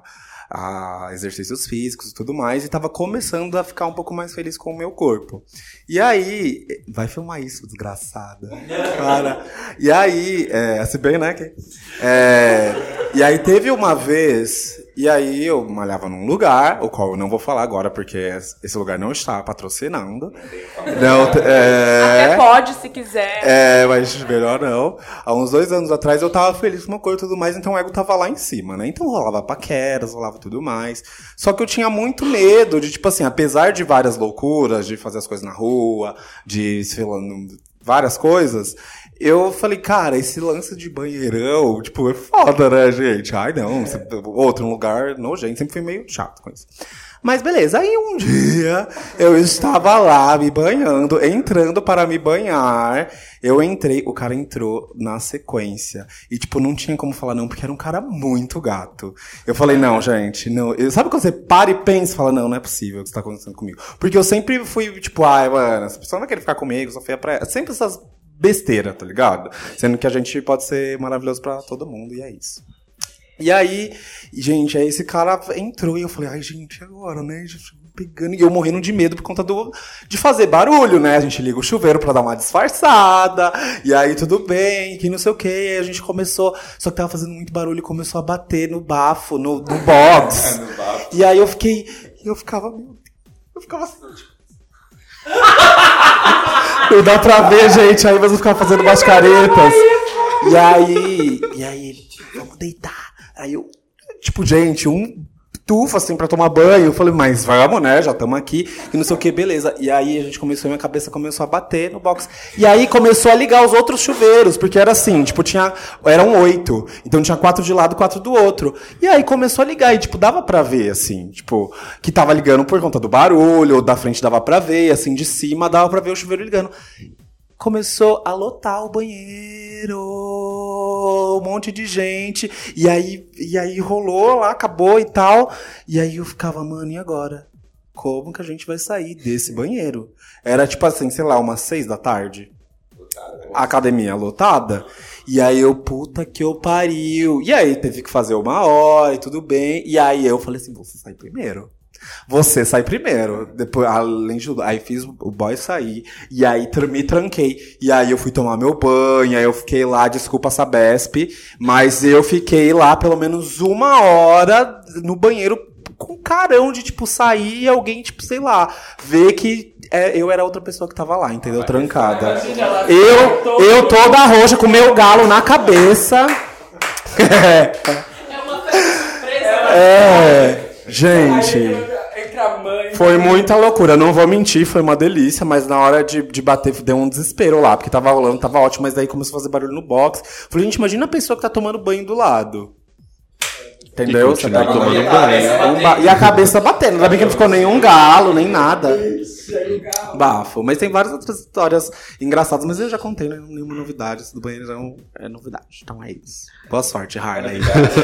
a exercícios físicos e tudo mais, e tava começando a ficar um pouco mais feliz com o meu corpo. E aí... Vai filmar isso, desgraçada. Cara. E aí... É, se bem, né? Que, é, e aí teve uma vez... E aí eu malhava num lugar, o qual eu não vou falar agora, porque esse lugar não está patrocinando. Não, é, Até pode, se quiser. É, mas melhor não. Há uns dois anos atrás eu tava feliz com o meu corpo e tudo mais, então o ego tava lá em cima, né? Então rolava paqueras, rolava tudo mais. Só que eu tinha muito medo de, tipo assim, apesar de várias loucuras, de fazer as coisas na rua, de, sei lá, várias coisas... Eu falei, cara, esse lance de banheirão, tipo, é foda, né, gente? Ai, não, outro lugar nojento, sempre fui meio chato com isso. Mas beleza, aí um dia eu estava lá me banhando, entrando para me banhar, eu entrei, o cara entrou na sequência, e tipo, não tinha como falar não, porque era um cara muito gato. Eu falei, não, gente, não, eu, sabe quando você para e pensa e fala, não, não é possível o que está acontecendo comigo? Porque eu sempre fui, tipo, ai, mano, essa pessoa não vai querer ficar comigo, só foi pra... Sempre essas besteira, tá ligado? Sendo que a gente pode ser maravilhoso pra todo mundo, e é isso. E aí, gente, aí esse cara entrou e eu falei, ai, gente, agora, né? Pegando, e eu morrendo de medo por conta do, de fazer barulho, né? A gente liga o chuveiro pra dar uma disfarçada, e aí tudo bem, que não sei o que, e aí a gente começou, só que tava fazendo muito barulho e começou a bater no bafo, no, no box. no e aí eu fiquei, eu ficava, meu Deus, eu ficava assim, tipo... Não dá pra ver, gente, aí você ficava fazendo umas caretas. E aí, e aí ele, vamos deitar. Aí eu, tipo, gente, um estufa, assim, pra tomar banho. Eu falei, mas vamos, né? Já estamos aqui. E não sei o que, beleza. E aí a gente começou, minha cabeça começou a bater no box. E aí começou a ligar os outros chuveiros, porque era assim, tipo, tinha... Eram oito. Então tinha quatro de lado, quatro do outro. E aí começou a ligar. E, tipo, dava pra ver, assim, tipo, que tava ligando por conta do barulho, ou da frente dava pra ver, e, assim, de cima dava pra ver o chuveiro ligando. Começou a lotar o banheiro, um monte de gente, e aí, e aí rolou lá, acabou e tal, e aí eu ficava, mano, e agora? Como que a gente vai sair desse banheiro? Era tipo assim, sei lá, umas seis da tarde, a academia lotada, e aí eu, puta que eu pariu, e aí teve que fazer uma hora e tudo bem, e aí eu falei assim, você sai primeiro. Você sai primeiro, depois, além de tudo, aí fiz o boy sair, e aí me tranquei, e aí eu fui tomar meu banho, aí eu fiquei lá, desculpa Sabesp, mas eu fiquei lá pelo menos uma hora no banheiro com carão de, tipo, sair e alguém, tipo, sei lá, ver que é, eu era outra pessoa que tava lá, entendeu? Trancada. Eu, eu toda roxa, com meu galo na cabeça. É uma surpresa. É... Gente, foi muita loucura, não vou mentir, foi uma delícia, mas na hora de, de bater deu um desespero lá, porque tava rolando, tava ótimo, mas daí começou a fazer barulho no box. Falei, gente, imagina a pessoa que tá tomando banho do lado. Entendeu? Você tá tomando banho. Um ba... E a cabeça batendo, ainda bem que não ficou nenhum galo, nem nada. Bafo. Mas tem várias outras histórias engraçadas, mas eu já contei, né? Nenhuma novidade. Isso do banheiro já é novidade. Então é isso. Boa sorte, Harley.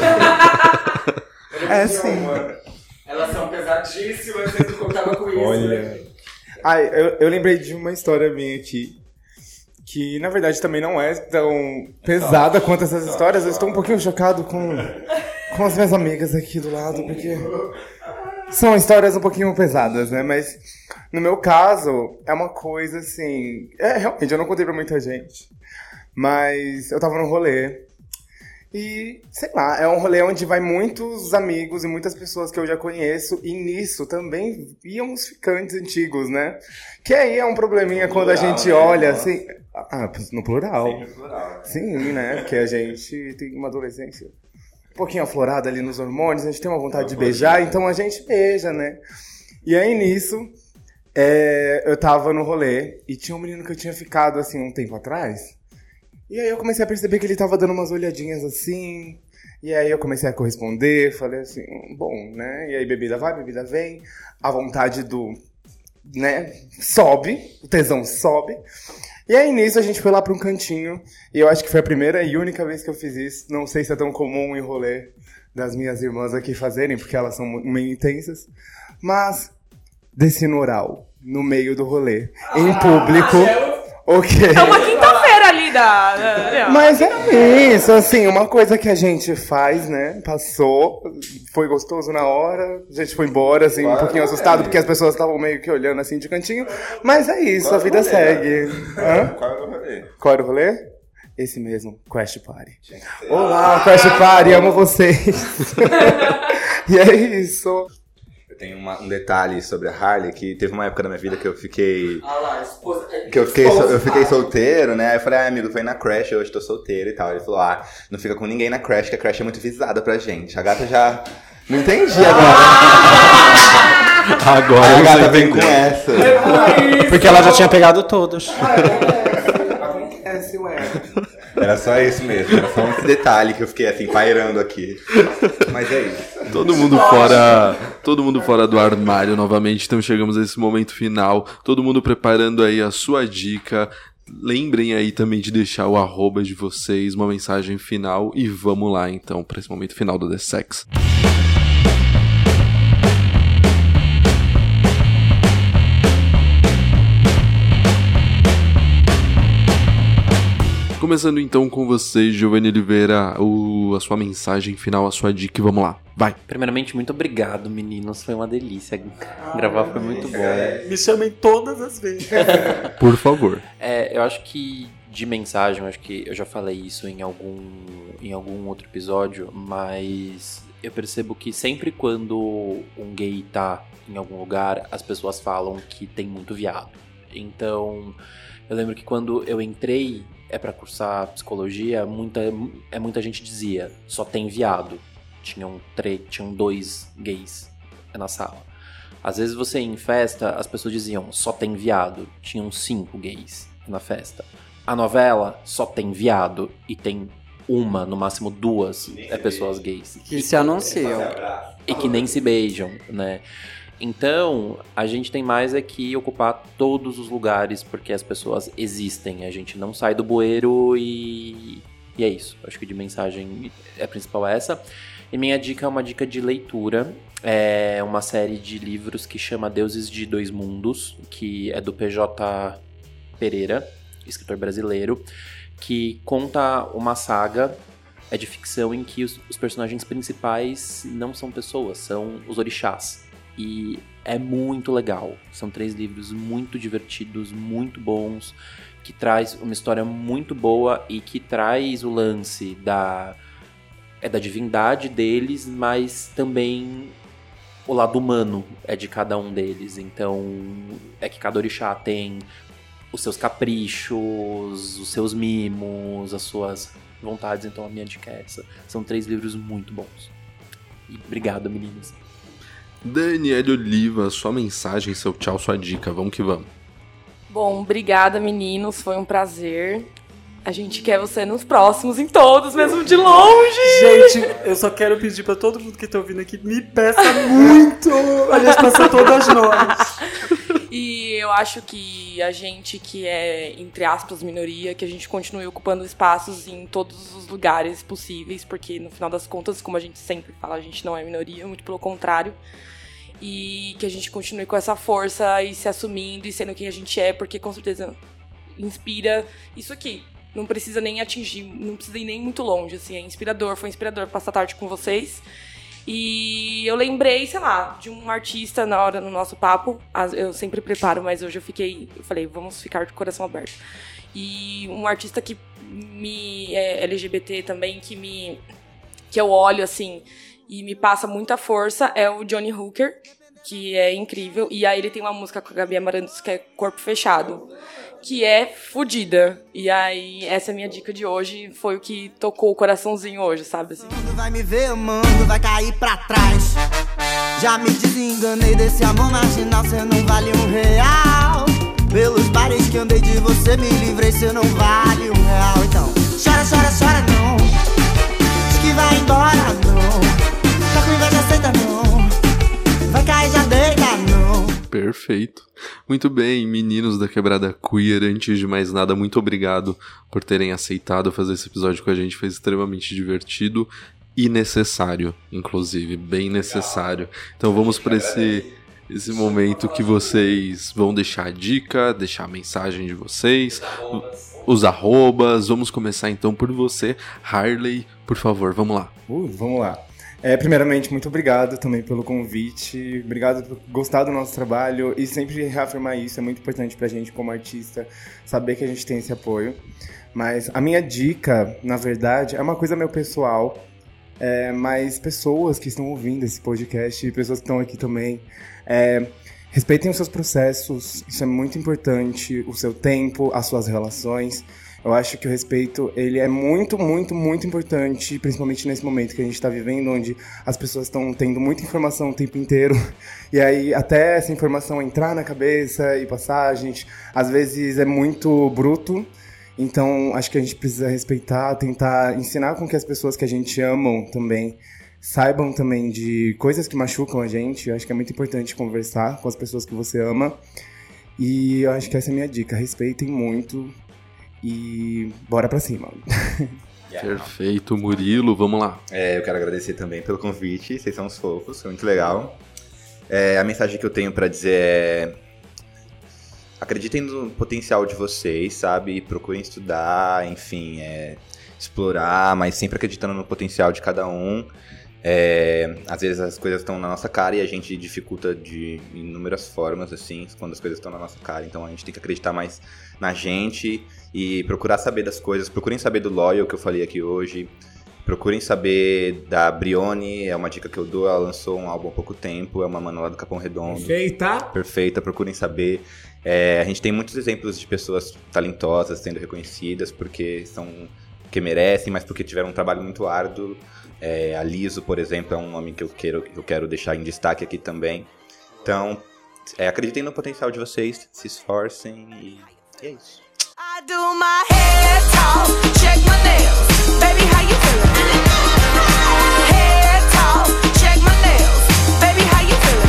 É sim. Elas são pesadíssimas, você não contava com isso. Olha. Ai, eu, eu lembrei de uma história minha aqui, que na verdade também não é tão pesada quanto essas histórias. Eu estou um pouquinho chocado com, com as minhas amigas aqui do lado, porque são histórias um pouquinho pesadas, né? Mas no meu caso, é uma coisa assim... É, realmente, eu não contei pra muita gente, mas eu tava num rolê. E, sei lá, é um rolê onde vai muitos amigos e muitas pessoas que eu já conheço. E nisso também iam os ficantes antigos, né? Que aí é um probleminha no quando plural, a gente né? olha, assim... Ah, no plural. Sim, no plural. Sim, né? Porque a gente tem uma adolescência um pouquinho aflorada ali nos hormônios. A gente tem uma vontade de beijar, então a gente beija, né? E aí nisso, é, eu tava no rolê e tinha um menino que eu tinha ficado, assim, um tempo atrás... E aí eu comecei a perceber que ele tava dando umas olhadinhas assim, e aí eu comecei a corresponder, falei assim, bom, né? E aí bebida vai, bebida vem, a vontade do, né, sobe, o tesão sobe. E aí nisso a gente foi lá pra um cantinho, e eu acho que foi a primeira e única vez que eu fiz isso. Não sei se é tão comum em rolê das minhas irmãs aqui fazerem, porque elas são meio intensas, mas desci no oral, no meio do rolê, em público. Okay. É uma quinta-feira ali da... da... Mas é isso, assim, uma coisa que a gente faz, né? Passou, foi gostoso na hora, a gente foi embora, assim, um pouquinho assustado, porque as pessoas estavam meio que olhando, assim, de cantinho. Mas é isso, a vida segue. Hã? Qual era o rolê? Qual era o rolê? Esse mesmo, Crash Party. Olá, Crash Party, amo vocês. E é isso. Tem uma, um detalhe sobre a Harley, que teve uma época da minha vida que eu fiquei... Ah lá, esposa... Que eu fiquei, eu fiquei solteiro, né? Aí eu falei, ah, amigo, vem na Crash, hoje tô solteiro e tal. Ele falou, ah, não fica com ninguém na Crash, que a Crash é muito visada pra gente. A gata já... Não entendi agora. Agora a gata vem com essa. Porque ela já tinha pegado todos. Acontece, ué. Era só isso mesmo, era só esse detalhe que eu fiquei assim, pairando aqui. Mas é isso. Todo mundo fora, todo mundo fora do armário novamente, então chegamos a esse momento final. Todo mundo preparando aí a sua dica. Lembrem aí também de deixar o arroba de vocês, uma mensagem final. E vamos lá então para esse momento final do The Sex. Começando então com você, Giovanni Oliveira, o, a sua mensagem final, a sua dica, vamos lá, vai. Primeiramente, muito obrigado, meninos, foi uma delícia, ah, gravar foi muito bom. Me chamem todas as vezes. Por favor. É, eu acho que de mensagem, eu acho que eu já falei isso em algum, em algum outro episódio, mas eu percebo que sempre quando um gay tá em algum lugar, as pessoas falam que tem muito viado. Então, eu lembro que quando eu entrei é pra cursar psicologia, muita, é, muita gente dizia, só tem viado. tinham, três, tinham dois gays na sala. Às vezes você ia em festa, as pessoas diziam, só tem viado. Tinham cinco gays na festa. A novela só tem viado e tem uma, no máximo duas, é pessoas gays. Que se anunciam. E que nem se beijam, né? Então, a gente tem mais é que ocupar todos os lugares porque as pessoas existem. A gente não sai do bueiro e, e é isso. Acho que de mensagem é principal essa. E minha dica é uma dica de leitura. É uma série de livros que chama Deuses de Dois Mundos, que é do P J Pereira, escritor brasileiro, que conta uma saga, é de ficção, em que os, os personagens principais não são pessoas, são os orixás. E é muito legal. São três livros muito divertidos, muito bons, que traz uma história muito boa e que traz o lance da, é da divindade deles, mas também o lado humano é de cada um deles. Então, é que cada orixá tem os seus caprichos, os seus mimos, as suas vontades. Então, a minha dica é essa. São três livros muito bons. E obrigado, meninas. Daniele Oliva, sua mensagem, seu tchau, sua dica. Vamos que vamos. Bom, obrigada, meninos. Foi um prazer. A gente quer você nos próximos, em todos, mesmo de longe. Gente, eu só quero pedir pra todo mundo que tá ouvindo aqui, me peça muito. Aliás, peça todas nós. E eu acho que a gente que é, entre aspas, minoria, que a gente continue ocupando espaços em todos os lugares possíveis, porque no final das contas, como a gente sempre fala, a gente não é minoria, muito pelo contrário. E que a gente continue com essa força e se assumindo e sendo quem a gente é, porque com certeza inspira isso aqui. Não precisa nem atingir, não precisa ir nem muito longe, assim, é inspirador, foi inspirador passar a tarde com vocês. E eu lembrei, sei lá, de um artista na hora no nosso papo, eu sempre preparo, mas hoje eu fiquei, eu falei, vamos ficar de coração aberto. E um artista que me, é L G B T também, que me, que eu olho, assim, e me passa muita força, é o Johnny Hooker, que é incrível, e aí ele tem uma música com a Gabi Amarantos que é Corpo Fechado, que é fodida. E aí, essa é a minha dica de hoje, foi o que tocou o coraçãozinho hoje, sabe? Assim. O mundo vai me ver, o mundo vai cair pra trás. Já me desenganei desse amor marginal, cê não vale um real. Pelos bares que andei de você, me livrei, cê não vale um real. Então, chora, chora, chora, não. Diz que vai embora, não. Tá com inveja, aceita, não. Vai cair, já deita, não. Perfeito. Muito bem, meninos da Quebrada Queer, antes de mais nada, muito obrigado por terem aceitado fazer esse episódio com a gente, foi extremamente divertido e necessário, inclusive, bem necessário. Então vamos para esse, esse momento que vocês vão deixar a dica, deixar a mensagem de vocês, os arrobas. Vamos começar então por você, Harley, por favor, vamos lá. Uh, vamos lá. É, primeiramente, muito obrigado também pelo convite, obrigado por gostar do nosso trabalho e sempre reafirmar isso, é muito importante pra gente como artista saber que a gente tem esse apoio. Mas a minha dica, na verdade, é uma coisa meio pessoal, é, mas pessoas que estão ouvindo esse podcast e pessoas que estão aqui também, é, respeitem os seus processos, isso é muito importante, o seu tempo, as suas relações. Eu acho que o respeito, ele é muito, muito, muito importante, principalmente nesse momento que a gente está vivendo, onde as pessoas estão tendo muita informação o tempo inteiro, e aí até essa informação entrar na cabeça e passar, a gente, às vezes é muito bruto, então acho que a gente precisa respeitar, tentar ensinar com que as pessoas que a gente ama também saibam também de coisas que machucam a gente. Eu acho que é muito importante conversar com as pessoas que você ama, e eu acho que essa é a minha dica, respeitem muito. E bora pra cima. Perfeito, Murilo, vamos lá. É, eu quero agradecer também pelo convite, vocês são os fofos, foi muito legal. É, a mensagem que eu tenho pra dizer é: acreditem no potencial de vocês, sabe? Procurem estudar, enfim, é, explorar, mas sempre acreditando no potencial de cada um. É, às vezes as coisas estão na nossa cara e a gente dificulta de inúmeras formas, assim, quando as coisas estão na nossa cara. Então a gente tem que acreditar mais na gente e procurar saber das coisas. Procurem saber do Loyal, que eu falei aqui hoje. Procurem saber da Brione, é uma dica que eu dou. Ela lançou um álbum há pouco tempo, é uma mana lá do Capão Redondo. Perfeita! Perfeita, procurem saber. É, a gente tem muitos exemplos de pessoas talentosas sendo reconhecidas porque são porque merecem, mas porque tiveram um trabalho muito árduo. É, a Liso, por exemplo, é um nome que eu quero, que eu quero deixar em destaque aqui também. Então, é, acreditem no potencial de vocês, se esforcem e, e é isso. I do my head talk, check my nails, baby, how you feeling? Head talk, check my nails, baby, how you feeling?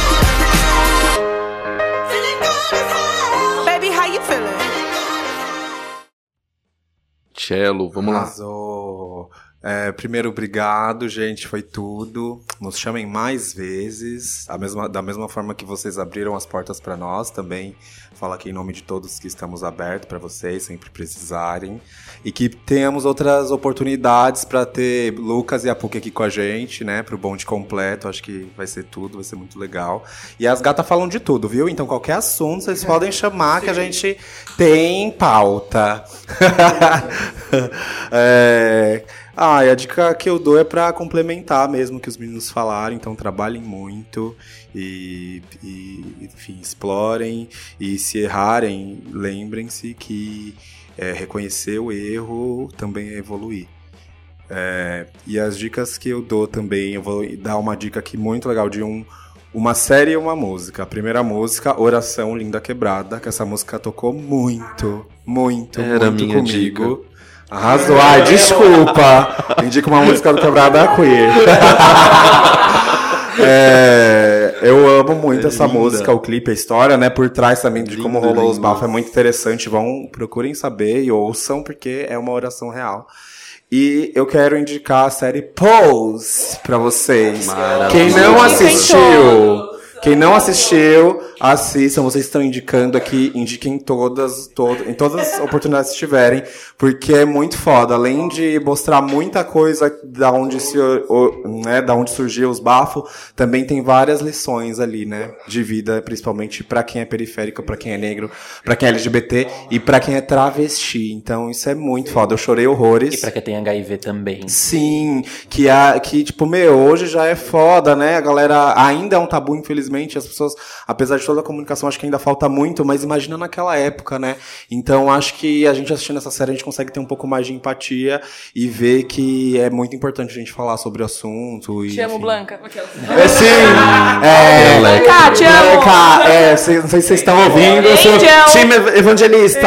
Feeling good as hell, baby, how you feeling? Cello, vamos lá. Arrasou. É, primeiro, obrigado, gente, foi tudo. Nos chamem mais vezes, a mesma, da mesma forma que vocês abriram as portas para nós, também falo aqui em nome de todos que estamos abertos para vocês, sempre precisarem. E que tenhamos outras oportunidades para ter Lucas e a Puki aqui com a gente, né, pro bonde completo, acho que vai ser tudo, vai ser muito legal. E as gatas falam de tudo, viu? Então qualquer assunto vocês podem chamar que a gente tem pauta. é... Ah, e a dica que eu dou é pra complementar mesmo o que os meninos falaram, então trabalhem muito e, e enfim, explorem e se errarem, lembrem-se que é, reconhecer o erro também é evoluir. É, e as dicas que eu dou também, eu vou dar uma dica aqui muito legal de um, uma série e uma música. A primeira música, Oração Linda Quebrada, que essa música tocou muito, muito, Era muito minha comigo. dica. Arrasou. Ai, desculpa. Indica uma música do Quebrada Queer. é, eu amo muito É essa linda. música, o clipe, a história, né? Por trás também de como Lindo, rolou os lindo. bafos. É muito interessante. Vão, procurem saber e ouçam, porque é uma oração real. E eu quero indicar a série Pose pra vocês. Quem não assistiu... Quem não assistiu, assistam. Vocês estão indicando aqui, indiquem todas, todo, em todas as oportunidades que tiverem, porque é muito foda. Além de mostrar muita coisa da onde, se, o, né, da onde surgiu os bafos, também tem várias lições ali, né, de vida, principalmente pra quem é periférico, pra quem é negro, pra quem é L G B T e pra quem é travesti. Então isso é muito foda. Eu chorei horrores. E pra quem tem H I V também. Sim, que, a, que tipo, meu, hoje já é foda, né? A galera ainda é um tabu, infelizmente. As pessoas, apesar de toda a comunicação, acho que ainda falta muito, mas imagina naquela época, né? Então acho que a gente assistindo essa série, a gente consegue ter um pouco mais de empatia e ver que é muito importante a gente falar sobre o assunto. E, Te amo, enfim. Blanca. É sim! É, Blanca, te amo! Blanca, é, cês, não sei se vocês estão ouvindo, eu sou Angel. time evangelista!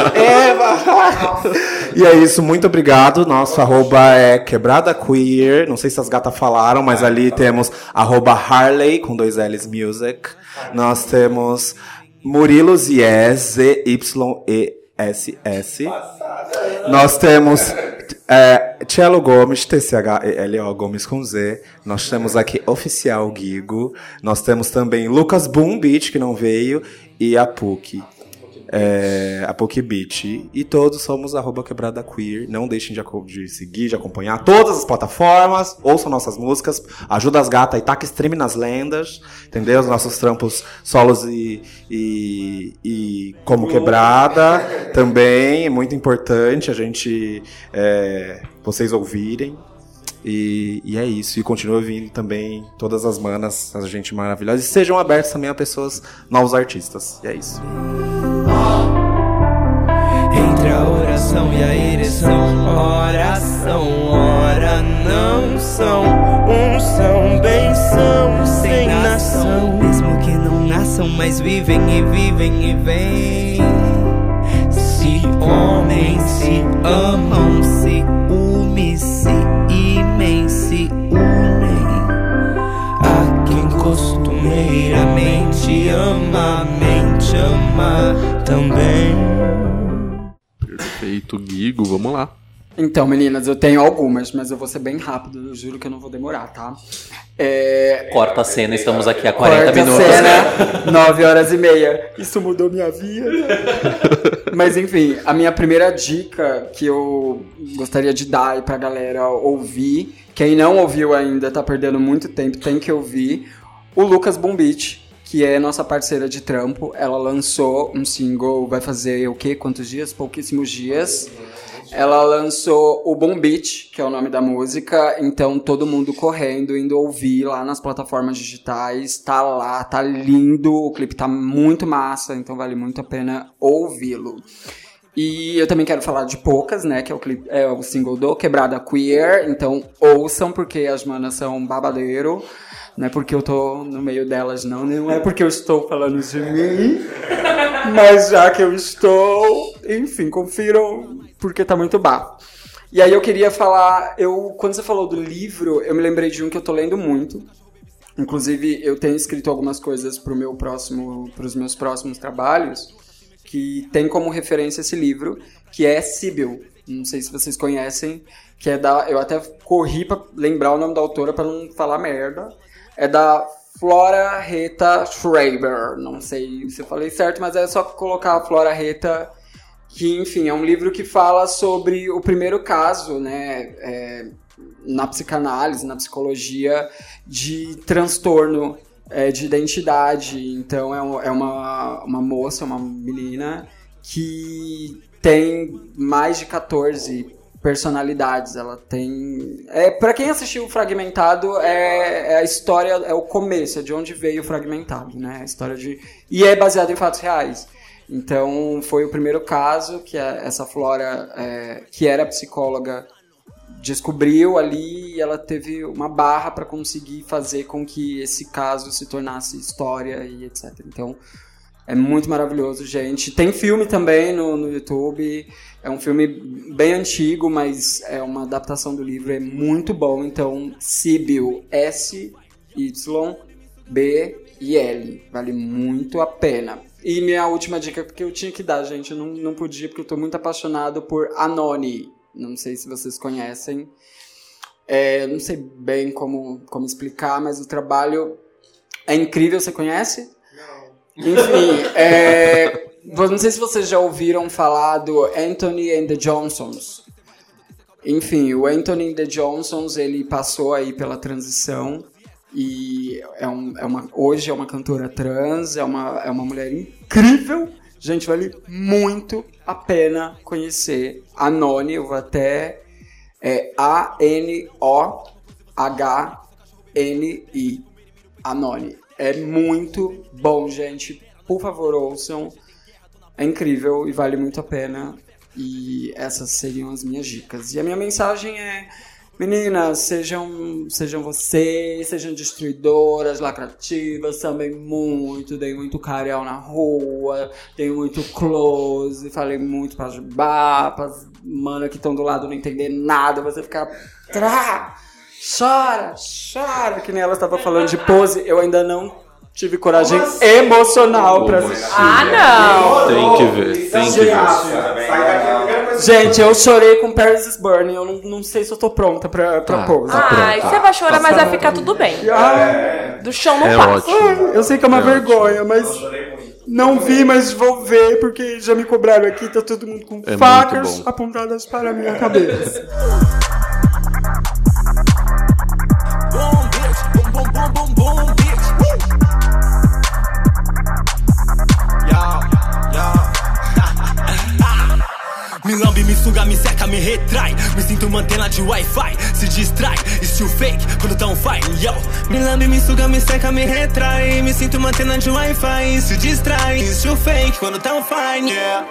Eva! E é isso, muito obrigado. Nosso arroba é Quebrada Queer. Não sei se as gatas falaram, mas ali temos arroba Harley com dois L's Music. Nós temos Murilo Zies, Z Y E S S. Nós temos é, Cello Gomes, T C H E L O Gomes com Z. Nós temos aqui Oficial Gigo. Nós temos também Lucas Boom Beat, que não veio, e a Puki. É, a Puki Beat. E todos somos arroba Quebrada Queer. Não deixem de, de seguir, de acompanhar todas as plataformas. Ouçam nossas músicas. Ajuda as gatas e taca stream nas lendas. Entendeu? Os nossos trampos solos e, e, e como Quebrada também é muito importante a gente é, vocês ouvirem. E, e é isso, e continua ouvindo também todas as manas, a gente maravilhosa. E sejam abertos também a pessoas, novos artistas. E é isso. Entre a oração e a ereção, oração, ora não são, um são, bem são, sem nação. Mesmo que não nasçam, mas vivem e vivem e vêm. Se homens se amam, se unem, se imem, se unem. A quem costumeiramente ama, mente ama também. Perfeito, Gigo, vamos lá. Então, meninas, eu tenho algumas, mas eu vou ser bem rápido, eu juro que eu não vou demorar, tá? É... Corta a cena, estamos aqui há quarenta Corta minutos. A cena, nove horas e meia. Isso mudou minha vida. Mas enfim, a minha primeira dica que eu gostaria de dar aí pra galera ouvir, quem não ouviu ainda tá perdendo muito tempo, tem que ouvir, o Lucas Boom Beat, que é nossa parceira de trampo. Ela lançou um single, vai fazer o quê? Quantos dias? Pouquíssimos dias. Ela lançou o Boom Beat, que é o nome da música, então todo mundo correndo, indo ouvir lá nas plataformas digitais, tá lá, tá lindo, o clipe tá muito massa, então vale muito a pena ouvi-lo. E eu também quero falar de Poucas, né? Que é o, clipe, é o single do Quebrada Queer. Então ouçam, porque as manas são babadeiro. Não é porque eu tô no meio delas, não. Não é porque eu estou falando de mim. Mas já que eu estou... Enfim, confiram, porque tá muito bafo. E aí eu queria falar... Eu, quando você falou do livro, eu me lembrei de um que eu tô lendo muito. Inclusive, eu tenho escrito algumas coisas pro meu próximo, pros meus próximos trabalhos, que tem como referência esse livro, que é Sibyl. Não sei se vocês conhecem, que é da... Eu até corri pra lembrar o nome da autora pra não falar merda. É da Flora Rheta Schreiber. Não sei se eu falei certo, mas é só colocar a Flora Rheta, que, enfim, é um livro que fala sobre o primeiro caso, né, é, na psicanálise, na psicologia, de transtorno é, de identidade. Então, é, um, é uma, uma moça, uma menina, que tem mais de catorze personalidades. Ela tem... É, pra quem assistiu Fragmentado, é, é a história, é o começo, é de onde veio o Fragmentado, né? A história de... E é baseado em fatos reais. Então, foi o primeiro caso que a, essa Flora, é, que era psicóloga, descobriu ali, e ela teve uma barra para conseguir fazer com que esse caso se tornasse história e etcétera. Então, é muito maravilhoso, gente. Tem filme também no, no YouTube. É um filme bem antigo, mas é uma adaptação do livro. É muito bom. Então, Sibyl, S Y B I L. Vale muito a pena. E minha última dica, porque eu tinha que dar, gente. Eu não, não podia, porque eu tô muito apaixonado por Anony. Não sei se vocês conhecem. É, não sei bem como, como explicar, mas o trabalho é incrível. Você conhece? Enfim, é, não sei se vocês já ouviram falar do Anthony and the Johnsons. Enfim, o Anthony and the Johnsons, ele passou aí pela transição e é, um, é uma, hoje é uma cantora trans, é uma, é uma mulher incrível. Gente, vale muito a pena conhecer a Noni. Eu vou até... É A N O H N I. A Noni. É muito bom, gente. Por favor, ouçam. É incrível e vale muito a pena. E essas seriam as minhas dicas. E a minha mensagem é... Meninas, sejam, sejam vocês, sejam destruidoras, lacrativas, também muito, dei muito carel na rua, dei muito close, falei muito pra jubá, pras manas que estão do lado não entender nada, você ficar... Trá, chora, chora, que nem ela estava falando de pose, eu ainda não tive coragem assim? emocional pra assistir. Ah, Tem não! que ver, tem que ver. Gente, eu chorei com Paris is Burning, eu não, não sei se eu tô pronta pra, pra ah, pose. Ah, e você vai chorar, mas vai ficar tudo bem. Ah, do chão não é passa. Ótimo. Eu sei que é uma é vergonha, mas não vi, mas vou ver, porque já me cobraram aqui, tá todo mundo com é facas apontadas para a minha cabeça. Boom, bitch. Boom, boom, boom, boom, boom, bitch. Yo, yo. Me lambe, me suga, me seca, me retrai. Me sinto uma antena de Wi-Fi. Se distrai, still fake, quando tá on fire, yo. Me lambe, me suga, me seca, me retrai. Me sinto uma antena de Wi-Fi. Se distrai, still fake, quando tá on fire, yeah.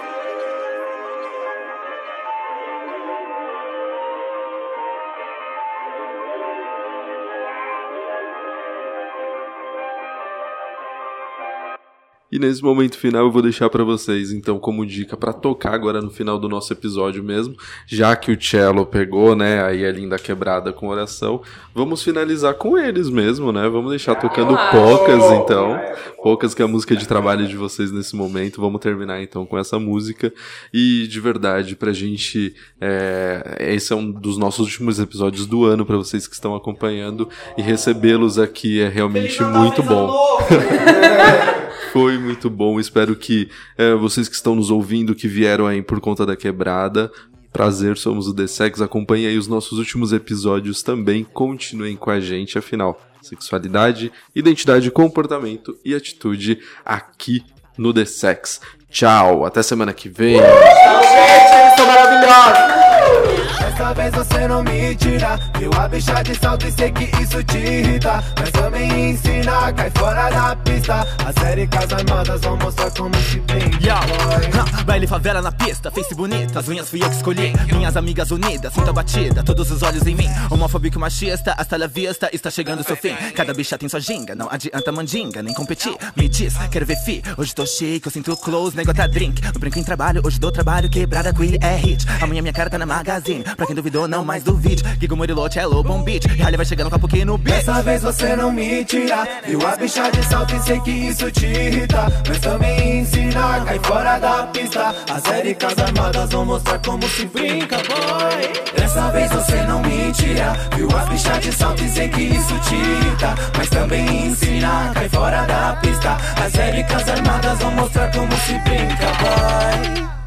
E nesse momento final eu vou deixar pra vocês, então, como dica pra tocar agora no final do nosso episódio mesmo, já que o Cello pegou, né, aí a linda quebrada com oração, vamos finalizar com eles mesmo, né, vamos deixar tocando Poucas, então, Poucas que é a música de trabalho de vocês nesse momento, vamos terminar então com essa música, e de verdade, pra gente, é, esse é um dos nossos últimos episódios do ano pra vocês que estão acompanhando, e recebê-los aqui é realmente muito bom. Foi muito bom, espero que é, vocês que estão nos ouvindo, que vieram aí por conta da quebrada, prazer, somos o The Sex, acompanhem aí os nossos últimos episódios também, continuem com a gente, afinal, sexualidade, identidade, comportamento e atitude aqui no The Sex. Tchau, até semana que vem. Tchau, gente, eles são maravilhosos. Dessa vez você não me tira. Viu a bicha de salto e sei que isso te irrita. Mas também ensina, cai fora da pista. A série Casa Armadas vão mostrar como se brinca. Yo, ha, baile favela na pista, face bonita, as unhas fui eu que escolhi. Minhas amigas unidas, sinta batida, todos os olhos em mim. Homofóbico e machista, hasta la vista, está chegando o seu fim. Cada bicha tem sua ginga, não adianta mandinga, nem competir. Me diz, quero ver fi, hoje tô chique, eu sinto close, nego tá drink. Eu brinco em trabalho, hoje dou trabalho, quebrada com ele é hit. Amanhã minha cara tá na magazine, pra quem duvidou não mais duvide. Gigo, Murilo, Cello, Bom Beat, e Halle vai chegando com a pouquinho no beat. Dessa vez você não me tira. Viu a bicha de salto e sei que isso te irrita. Mas também ensina, cai fora da pista. A série Casa Armadas vão mostrar como se brinca, boy. Dessa vez você não me tira. Viu a bicha de salto e sei que isso te irrita. Mas também ensina, cai fora da pista. A série Casa Armadas vão mostrar como se brinca, boy.